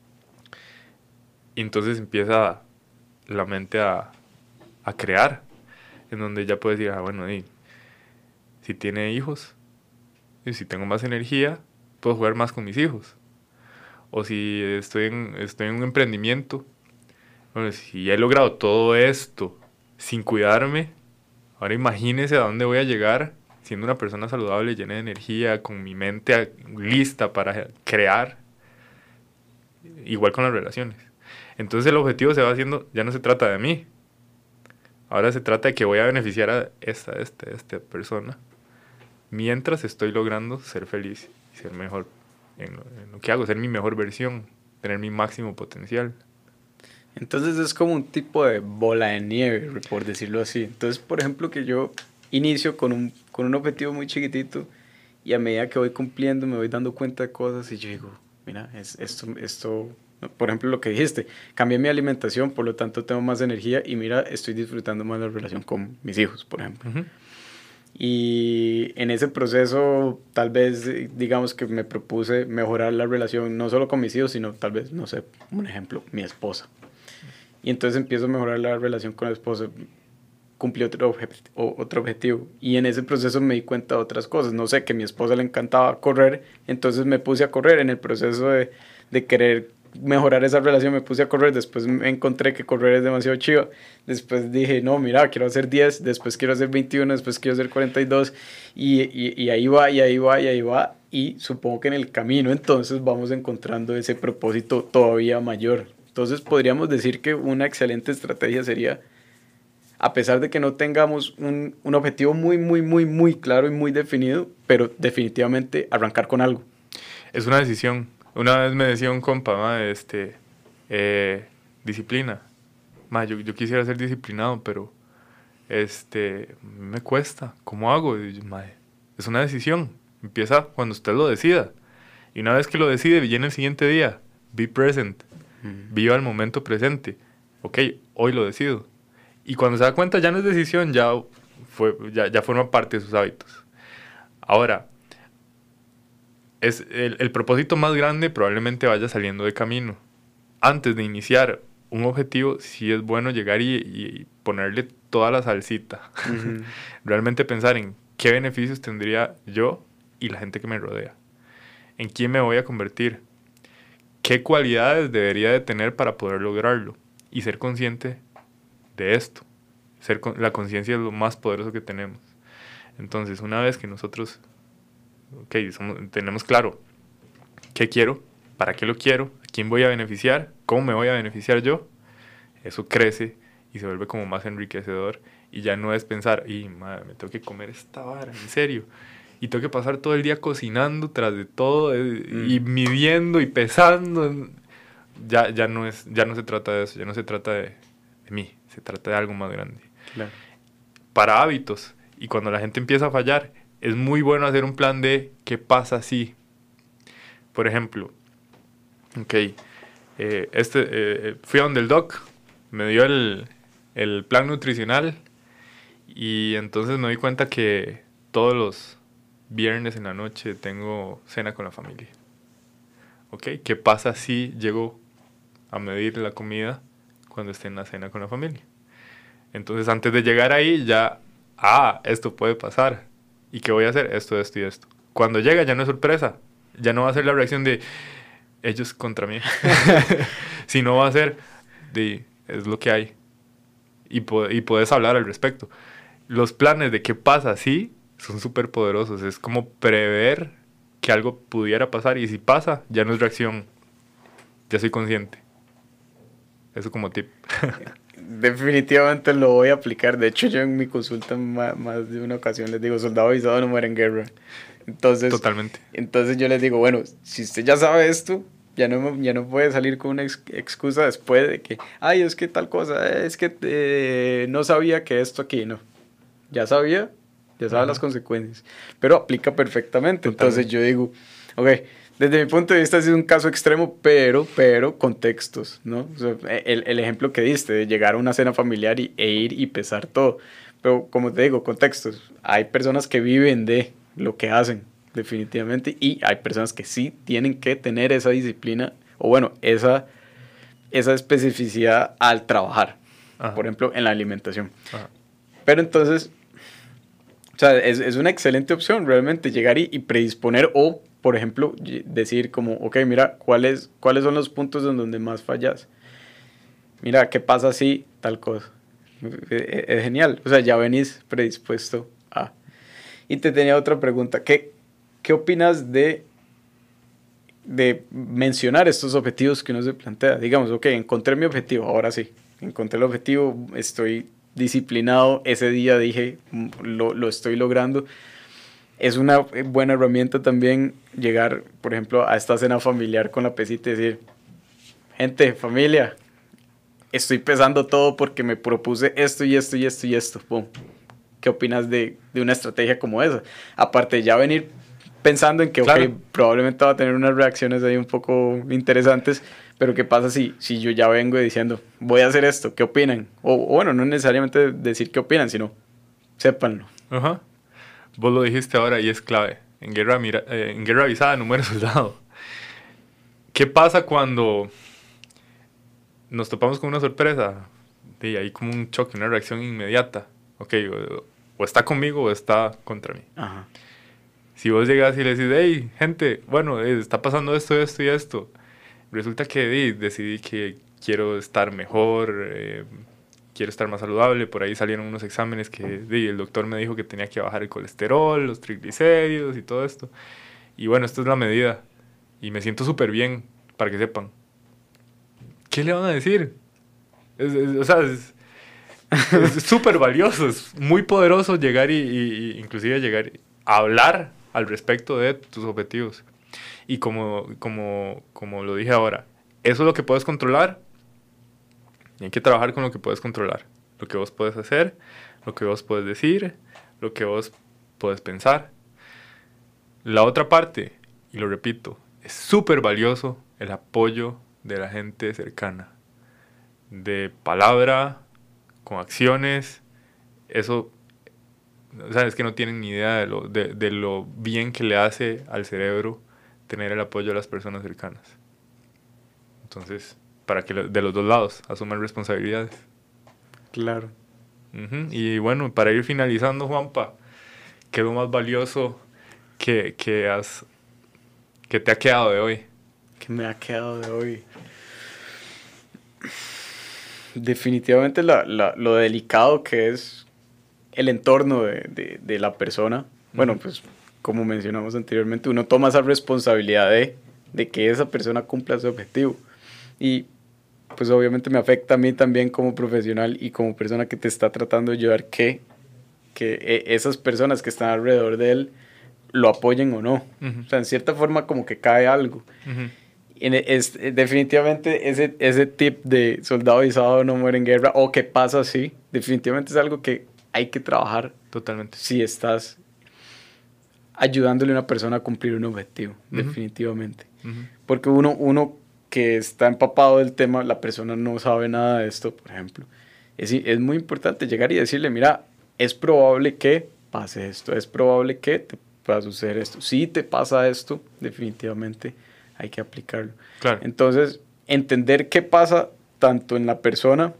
Y entonces empieza la mente a, a crear, en donde ya puede decir, ah, bueno, y si tiene hijos, y si tengo más energía, puedo jugar más con mis hijos. O si estoy en, estoy en un emprendimiento, bueno, si he logrado todo esto sin cuidarme, ahora imagínese a dónde voy a llegar siendo una persona saludable, llena de energía, con mi mente lista para crear, igual con las relaciones. Entonces el objetivo se va haciendo, ya no se trata de mí, ahora se trata de que voy a beneficiar a esta, esta, esta persona, mientras estoy logrando ser feliz y ser mejor en lo, en lo que hago, ser mi mejor versión, tener mi máximo potencial. Entonces es como un tipo de bola de nieve, por decirlo así. Entonces, por ejemplo, que yo inicio con un, con un objetivo muy chiquitito y a medida que voy cumpliendo me voy dando cuenta de cosas y yo digo, mira, es, esto, esto, por ejemplo, lo que dijiste, cambié mi alimentación, por lo tanto tengo más energía y mira, estoy disfrutando más la relación con mis hijos, por ejemplo. Uh-huh. Y en ese proceso, tal vez, digamos que me propuse mejorar la relación, no solo con mis hijos, sino tal vez, no sé, un ejemplo, mi esposa. Y entonces empiezo a mejorar la relación con la esposa, cumplí otro, obje- otro objetivo. Y en ese proceso me di cuenta de otras cosas. No sé, que a mi esposa le encantaba correr, entonces me puse a correr. En el proceso de, de querer mejorar esa relación me puse a correr. Después me encontré que correr es demasiado chido. Después dije, no, mira, quiero hacer diez, después quiero hacer veintiuno, después quiero hacer cuarenta y dos. Y, y, y ahí va, y ahí va, y ahí va. Y supongo que en el camino entonces vamos encontrando ese propósito todavía mayor. Entonces podríamos decir que una excelente estrategia sería, a pesar de que no tengamos un, un objetivo muy, muy, muy, muy claro y muy definido, pero definitivamente arrancar con algo. Es una decisión. Una vez me decía un compa, ma, este, eh, disciplina. Ma, yo, yo quisiera ser disciplinado, pero este, me cuesta. ¿Cómo hago? Y yo, ma, es una decisión. Empieza cuando usted lo decida. Y una vez que lo decide, viene el siguiente día. Be present. Viva el momento presente. Ok, hoy lo decido. Y cuando se da cuenta ya no es decisión, ya, fue, ya, ya forma parte de sus hábitos. Ahora, es el, el propósito más grande probablemente vaya saliendo de camino. Antes de iniciar un objetivo, sí es bueno llegar y, y ponerle toda la salsita. Uh-huh. Realmente pensar en qué beneficios tendría yo y la gente que me rodea. En quién me voy a convertir. ¿Qué cualidades debería de tener para poder lograrlo? Y ser consciente de esto. Ser con, la conciencia es lo más poderoso que tenemos. Entonces, una vez que nosotros okay, somos, tenemos claro qué quiero, para qué lo quiero, a quién voy a beneficiar, cómo me voy a beneficiar yo, eso crece y se vuelve como más enriquecedor. Y ya no es pensar, y madre, me tengo que comer esta vara, en serio. Y tengo que pasar todo el día cocinando tras de todo eh, mm. y midiendo y pesando. Ya, ya, no es, ya no se trata de eso, ya no se trata de, de mí, se trata de algo más grande. Claro. Para hábitos, y cuando la gente empieza a fallar, es muy bueno hacer un plan de qué pasa si. Por ejemplo, ok, eh, este, eh, fui a donde el doc, me dio el, el plan nutricional y entonces me di cuenta que todos los viernes en la noche tengo cena con la familia. ¿Ok? ¿Qué pasa si llego a medir la comida cuando esté en la cena con la familia? Entonces, antes de llegar ahí, ya, ah, esto puede pasar. ¿Y qué voy a hacer? Esto, esto y esto. Cuando llega, ya no es sorpresa. Ya no va a ser la reacción de ellos contra mí. Sino va a ser de, es lo que hay. Y, po- y puedes hablar al respecto. Los planes de qué pasa si son súper poderosos. Es como prever que algo pudiera pasar. Y si pasa, ya no es reacción. Ya soy consciente. Eso como tip. Definitivamente lo voy a aplicar. De hecho, yo en mi consulta más, más de una ocasión les digo, soldado avisado no muere en guerra. Entonces, Totalmente. Entonces yo les digo, bueno, si usted ya sabe esto, ya no, ya no puede salir con una ex excusa después de que, ay, es que tal cosa, es que eh, no sabía que esto aquí, no. Ya sabía, ya sabe las consecuencias. Pero aplica perfectamente. Totalmente. Entonces yo digo, ok, desde mi punto de vista es un caso extremo, pero, pero contextos, ¿no? O sea, el, el ejemplo que diste de llegar a una cena familiar y, e ir y pesar todo. Pero como te digo, contextos. Hay personas que viven de lo que hacen, definitivamente, y hay personas que sí tienen que tener esa disciplina, o bueno, esa, esa especificidad al trabajar. Ajá. Por ejemplo, en la alimentación. Ajá. Pero entonces, o sea, es, es una excelente opción realmente llegar y, y predisponer o, por ejemplo, decir como, ok, mira, ¿cuáles, cuáles son los puntos en donde más fallas? Mira, ¿qué pasa si tal cosa? Es, es genial, o sea, ya venís predispuesto a... Y te tenía otra pregunta. ¿Qué, qué opinas de, de mencionar estos objetivos que uno se plantea? Digamos, ok, encontré mi objetivo, ahora sí. Encontré el objetivo, estoy disciplinado, ese día dije, lo, lo estoy logrando. Es una buena herramienta también llegar, por ejemplo, a esta cena familiar con la pesita y decir, gente, familia, estoy pesando todo porque me propuse esto y esto y esto y esto. Pum. ¿Qué opinas de, de una estrategia como esa? Aparte de ya venir pensando en que, claro, ok, probablemente va a tener unas reacciones ahí un poco interesantes, pero ¿qué pasa si, si yo ya vengo diciendo, voy a hacer esto, ¿qué opinan? O, o bueno, no necesariamente decir qué opinan, sino sépanlo. Ajá. Vos lo dijiste ahora y es clave. En guerra, mira, eh, en guerra avisada no muere soldado. ¿Qué pasa cuando nos topamos con una sorpresa? Y hay como un choque, una reacción inmediata. Ok, o, o está conmigo o está contra mí. Ajá. Si vos llegas y le decís, hey, gente, bueno, eh, está pasando esto, esto y esto. Resulta que eh, decidí que quiero estar mejor, eh, quiero estar más saludable. Por ahí salieron unos exámenes que eh, el doctor me dijo que tenía que bajar el colesterol, los triglicéridos y todo esto. Y bueno, esta es la medida. Y me siento súper bien, para que sepan. ¿Qué le van a decir? Es, es, o sea, es súper valioso, es muy poderoso llegar y, y, y inclusive llegar a hablar al respecto de tus objetivos. Y como, como, como lo dije ahora, eso es lo que puedes controlar. Y hay que trabajar con lo que puedes controlar. Lo que vos puedes hacer, lo que vos puedes decir, lo que vos puedes pensar. La otra parte, y lo repito, es súper valioso el apoyo de la gente cercana. De palabra, con acciones. Eso, o sea, es que no tienen ni idea de lo, de, de lo bien que le hace al cerebro tener el apoyo de las personas cercanas. Entonces, para que de los dos lados asuman responsabilidades. Claro. Uh-huh. Y bueno, para ir finalizando, Juanpa, ¿qué es lo más valioso que, que, has, que te ha quedado de hoy? Que me ha quedado de hoy. Definitivamente la, la, lo delicado que es el entorno de, de, de la persona. Uh-huh. Bueno, pues como mencionamos anteriormente, uno toma esa responsabilidad de, de que esa persona cumpla su objetivo. Y pues obviamente me afecta a mí también como profesional y como persona que te está tratando de ayudar, que, que esas personas que están alrededor de él lo apoyen o no. Uh-huh. O sea, en cierta forma como que cae algo. Uh-huh. Y es, definitivamente ese, ese tip de soldado avisado no muere en guerra, o que pasa así, definitivamente es algo que hay que trabajar. Totalmente. Si estás ayudándole a una persona a cumplir un objetivo, uh-huh. definitivamente. Uh-huh. Porque uno, uno que está empapado del tema, la persona no sabe nada de esto, por ejemplo. Es, es muy importante llegar y decirle, mira, es probable que pase esto, es probable que te pueda suceder esto. Si te pasa esto, definitivamente hay que aplicarlo. Claro. Entonces, entender qué pasa tanto en la persona,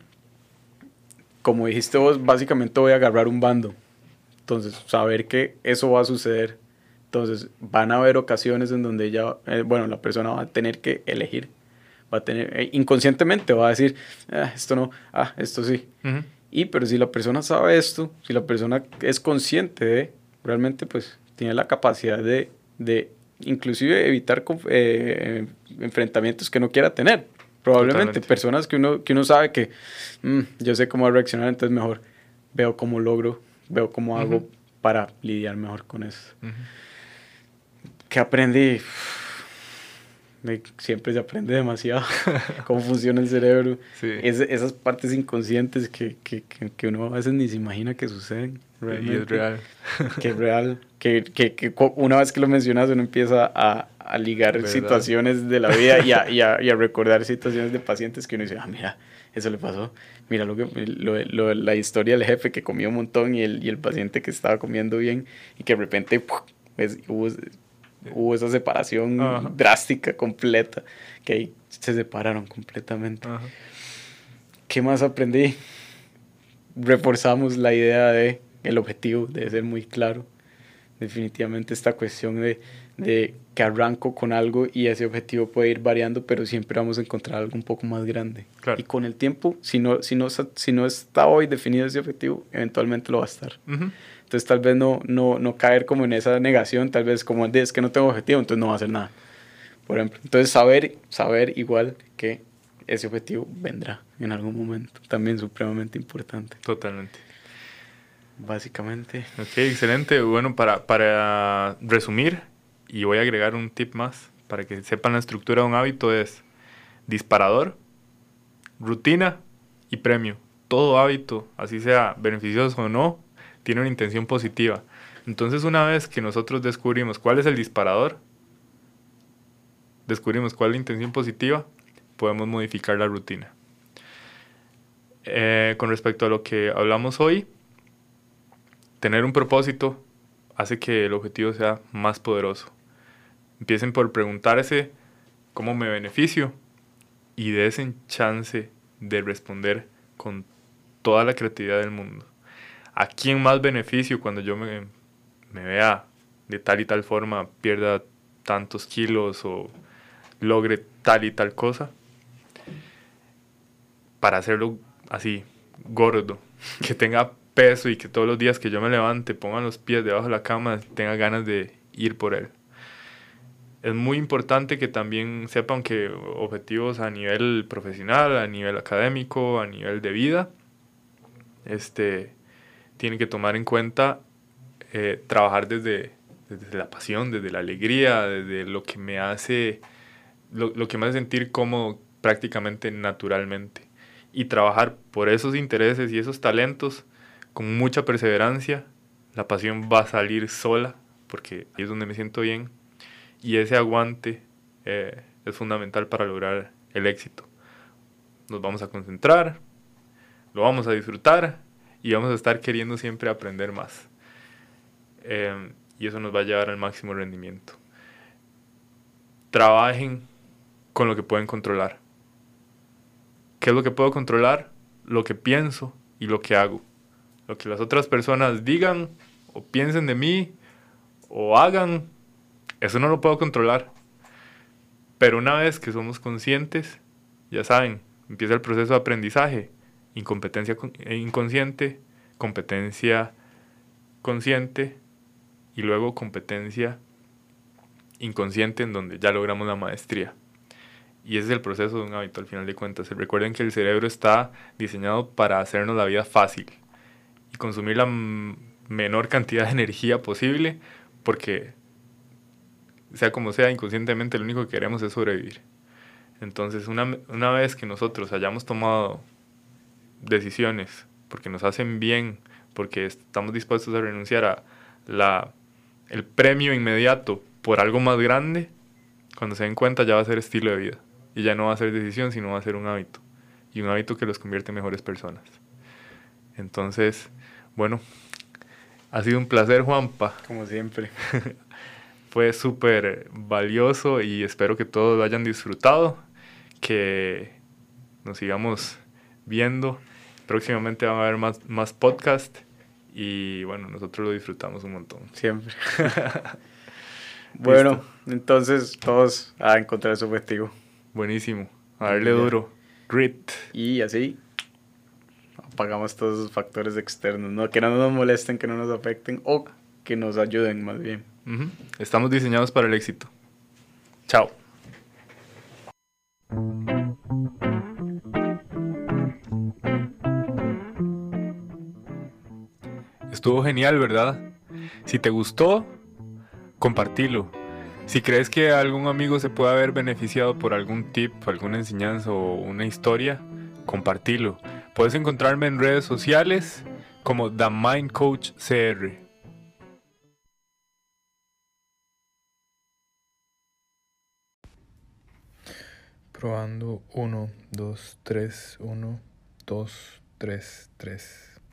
como dijiste vos, básicamente voy a agarrar un bando. Entonces, saber que eso va a suceder. Entonces, van a haber ocasiones en donde ella, eh, bueno, la persona va a tener que elegir. Va a tener, eh, inconscientemente va a decir, ah, esto no, ah, esto sí. Uh-huh. Y, pero si la persona sabe esto, si la persona es consciente de, realmente, pues, tiene la capacidad de, de inclusive evitar eh, enfrentamientos que no quiera tener. Probablemente. Totalmente. Personas que uno, que uno sabe que, mmm, yo sé cómo reaccionar, entonces mejor veo cómo logro, veo cómo hago uh-huh. para lidiar mejor con eso. Uh-huh. ¿Qué aprendí? Siempre se aprende demasiado cómo funciona el cerebro. Sí. Es, esas partes inconscientes que, que, que, que uno a veces ni se imagina que suceden. Realmente. Y es real. Que es real. Que, que, que una vez que lo mencionas uno empieza a, a ligar ¿verdad? Situaciones de la vida y a, y, a, y a recordar situaciones de pacientes que uno dice, ah, mira, eso le pasó. Mira lo que, lo, lo, la historia del jefe que comió un montón y el, y el paciente que estaba comiendo bien y que de repente pues, hubo... hubo esa separación uh-huh. drástica, completa, que ahí se separaron completamente. Uh-huh. ¿Qué más aprendí? Reforzamos la idea de el objetivo, debe ser muy claro. Definitivamente esta cuestión de, de que arranco con algo y ese objetivo puede ir variando, pero siempre vamos a encontrar algo un poco más grande. Claro. Y con el tiempo, si no, si no, si no está hoy definido ese objetivo, eventualmente lo va a estar. Uh-huh. Entonces tal vez no, no, no caer como en esa negación, tal vez como de, es que no tengo objetivo, entonces no va a hacer nada, por ejemplo. Entonces saber, saber igual que ese objetivo vendrá en algún momento, también supremamente importante. Totalmente. Básicamente. Ok, excelente. Bueno, para, para resumir, y voy a agregar un tip más para que sepan la estructura de un hábito, es disparador, rutina y premio. Todo hábito, así sea beneficioso o no, tiene una intención positiva. Entonces, una vez que nosotros descubrimos cuál es el disparador, descubrimos cuál es la intención positiva, podemos modificar la rutina. Eh, con respecto a lo que hablamos hoy, tener un propósito hace que el objetivo sea más poderoso. Empiecen por preguntarse cómo me beneficio y desen chance de responder con toda la creatividad del mundo. ¿A quién más beneficio cuando yo me, me vea de tal y tal forma, pierda tantos kilos o logre tal y tal cosa? Para hacerlo así, gordo, que tenga peso y que todos los días que yo me levante, ponga los pies debajo de la cama, tenga ganas de ir por él. Es muy importante que también sepan que objetivos a nivel profesional, a nivel académico, a nivel de vida, este, tienen que tomar en cuenta eh, trabajar desde, desde la pasión, desde la alegría, desde lo que me hace, lo, lo que me hace sentir cómodo prácticamente naturalmente. Y trabajar por esos intereses y esos talentos con mucha perseverancia. La pasión va a salir sola, porque ahí es donde me siento bien. Y ese aguante eh, es fundamental para lograr el éxito. Nos vamos a concentrar, lo vamos a disfrutar y vamos a estar queriendo siempre aprender más. Eh, y eso nos va a llevar al máximo rendimiento. Trabajen con lo que pueden controlar. ¿Qué es lo que puedo controlar? Lo que pienso y lo que hago. Lo que las otras personas digan o piensen de mí o hagan, eso no lo puedo controlar. Pero una vez que somos conscientes, ya saben, empieza el proceso de aprendizaje. Incompetencia inconsciente, competencia consciente y luego competencia inconsciente, en donde ya logramos la maestría. Y ese es el proceso de un hábito al final de cuentas. Recuerden que el cerebro está diseñado para hacernos la vida fácil y consumir la m- menor cantidad de energía posible, porque sea como sea, inconscientemente lo único que queremos es sobrevivir. Entonces, una, una vez que nosotros hayamos tomado decisiones porque nos hacen bien, porque estamos dispuestos a renunciar a la, el premio inmediato por algo más grande, cuando se den cuenta ya va a ser estilo de vida. Y ya no va a ser decisión, sino va a ser un hábito. Y un hábito que los convierte en mejores personas. Entonces, bueno, ha sido un placer, Juanpa. Como siempre. Fue súper valioso y espero que todos lo hayan disfrutado, que nos sigamos viendo. Próximamente van a haber más, más podcasts y bueno, nosotros lo disfrutamos un montón. Siempre. Bueno, entonces todos a encontrar su objetivo. Buenísimo. A darle duro. Grit. Y así apagamos todos esos factores externos, ¿no? Que no nos molesten, que no nos afecten o que nos ayuden más bien. Uh-huh. Estamos diseñados para el éxito. Chao. Estuvo genial, ¿verdad? Si te gustó, compartilo. Si crees que algún amigo se puede haber beneficiado por algún tip, alguna enseñanza o una historia, compartilo. Puedes encontrarme en redes sociales como The Mind Coach C R. Probando uno, dos, tres, uno, dos, tres, tres.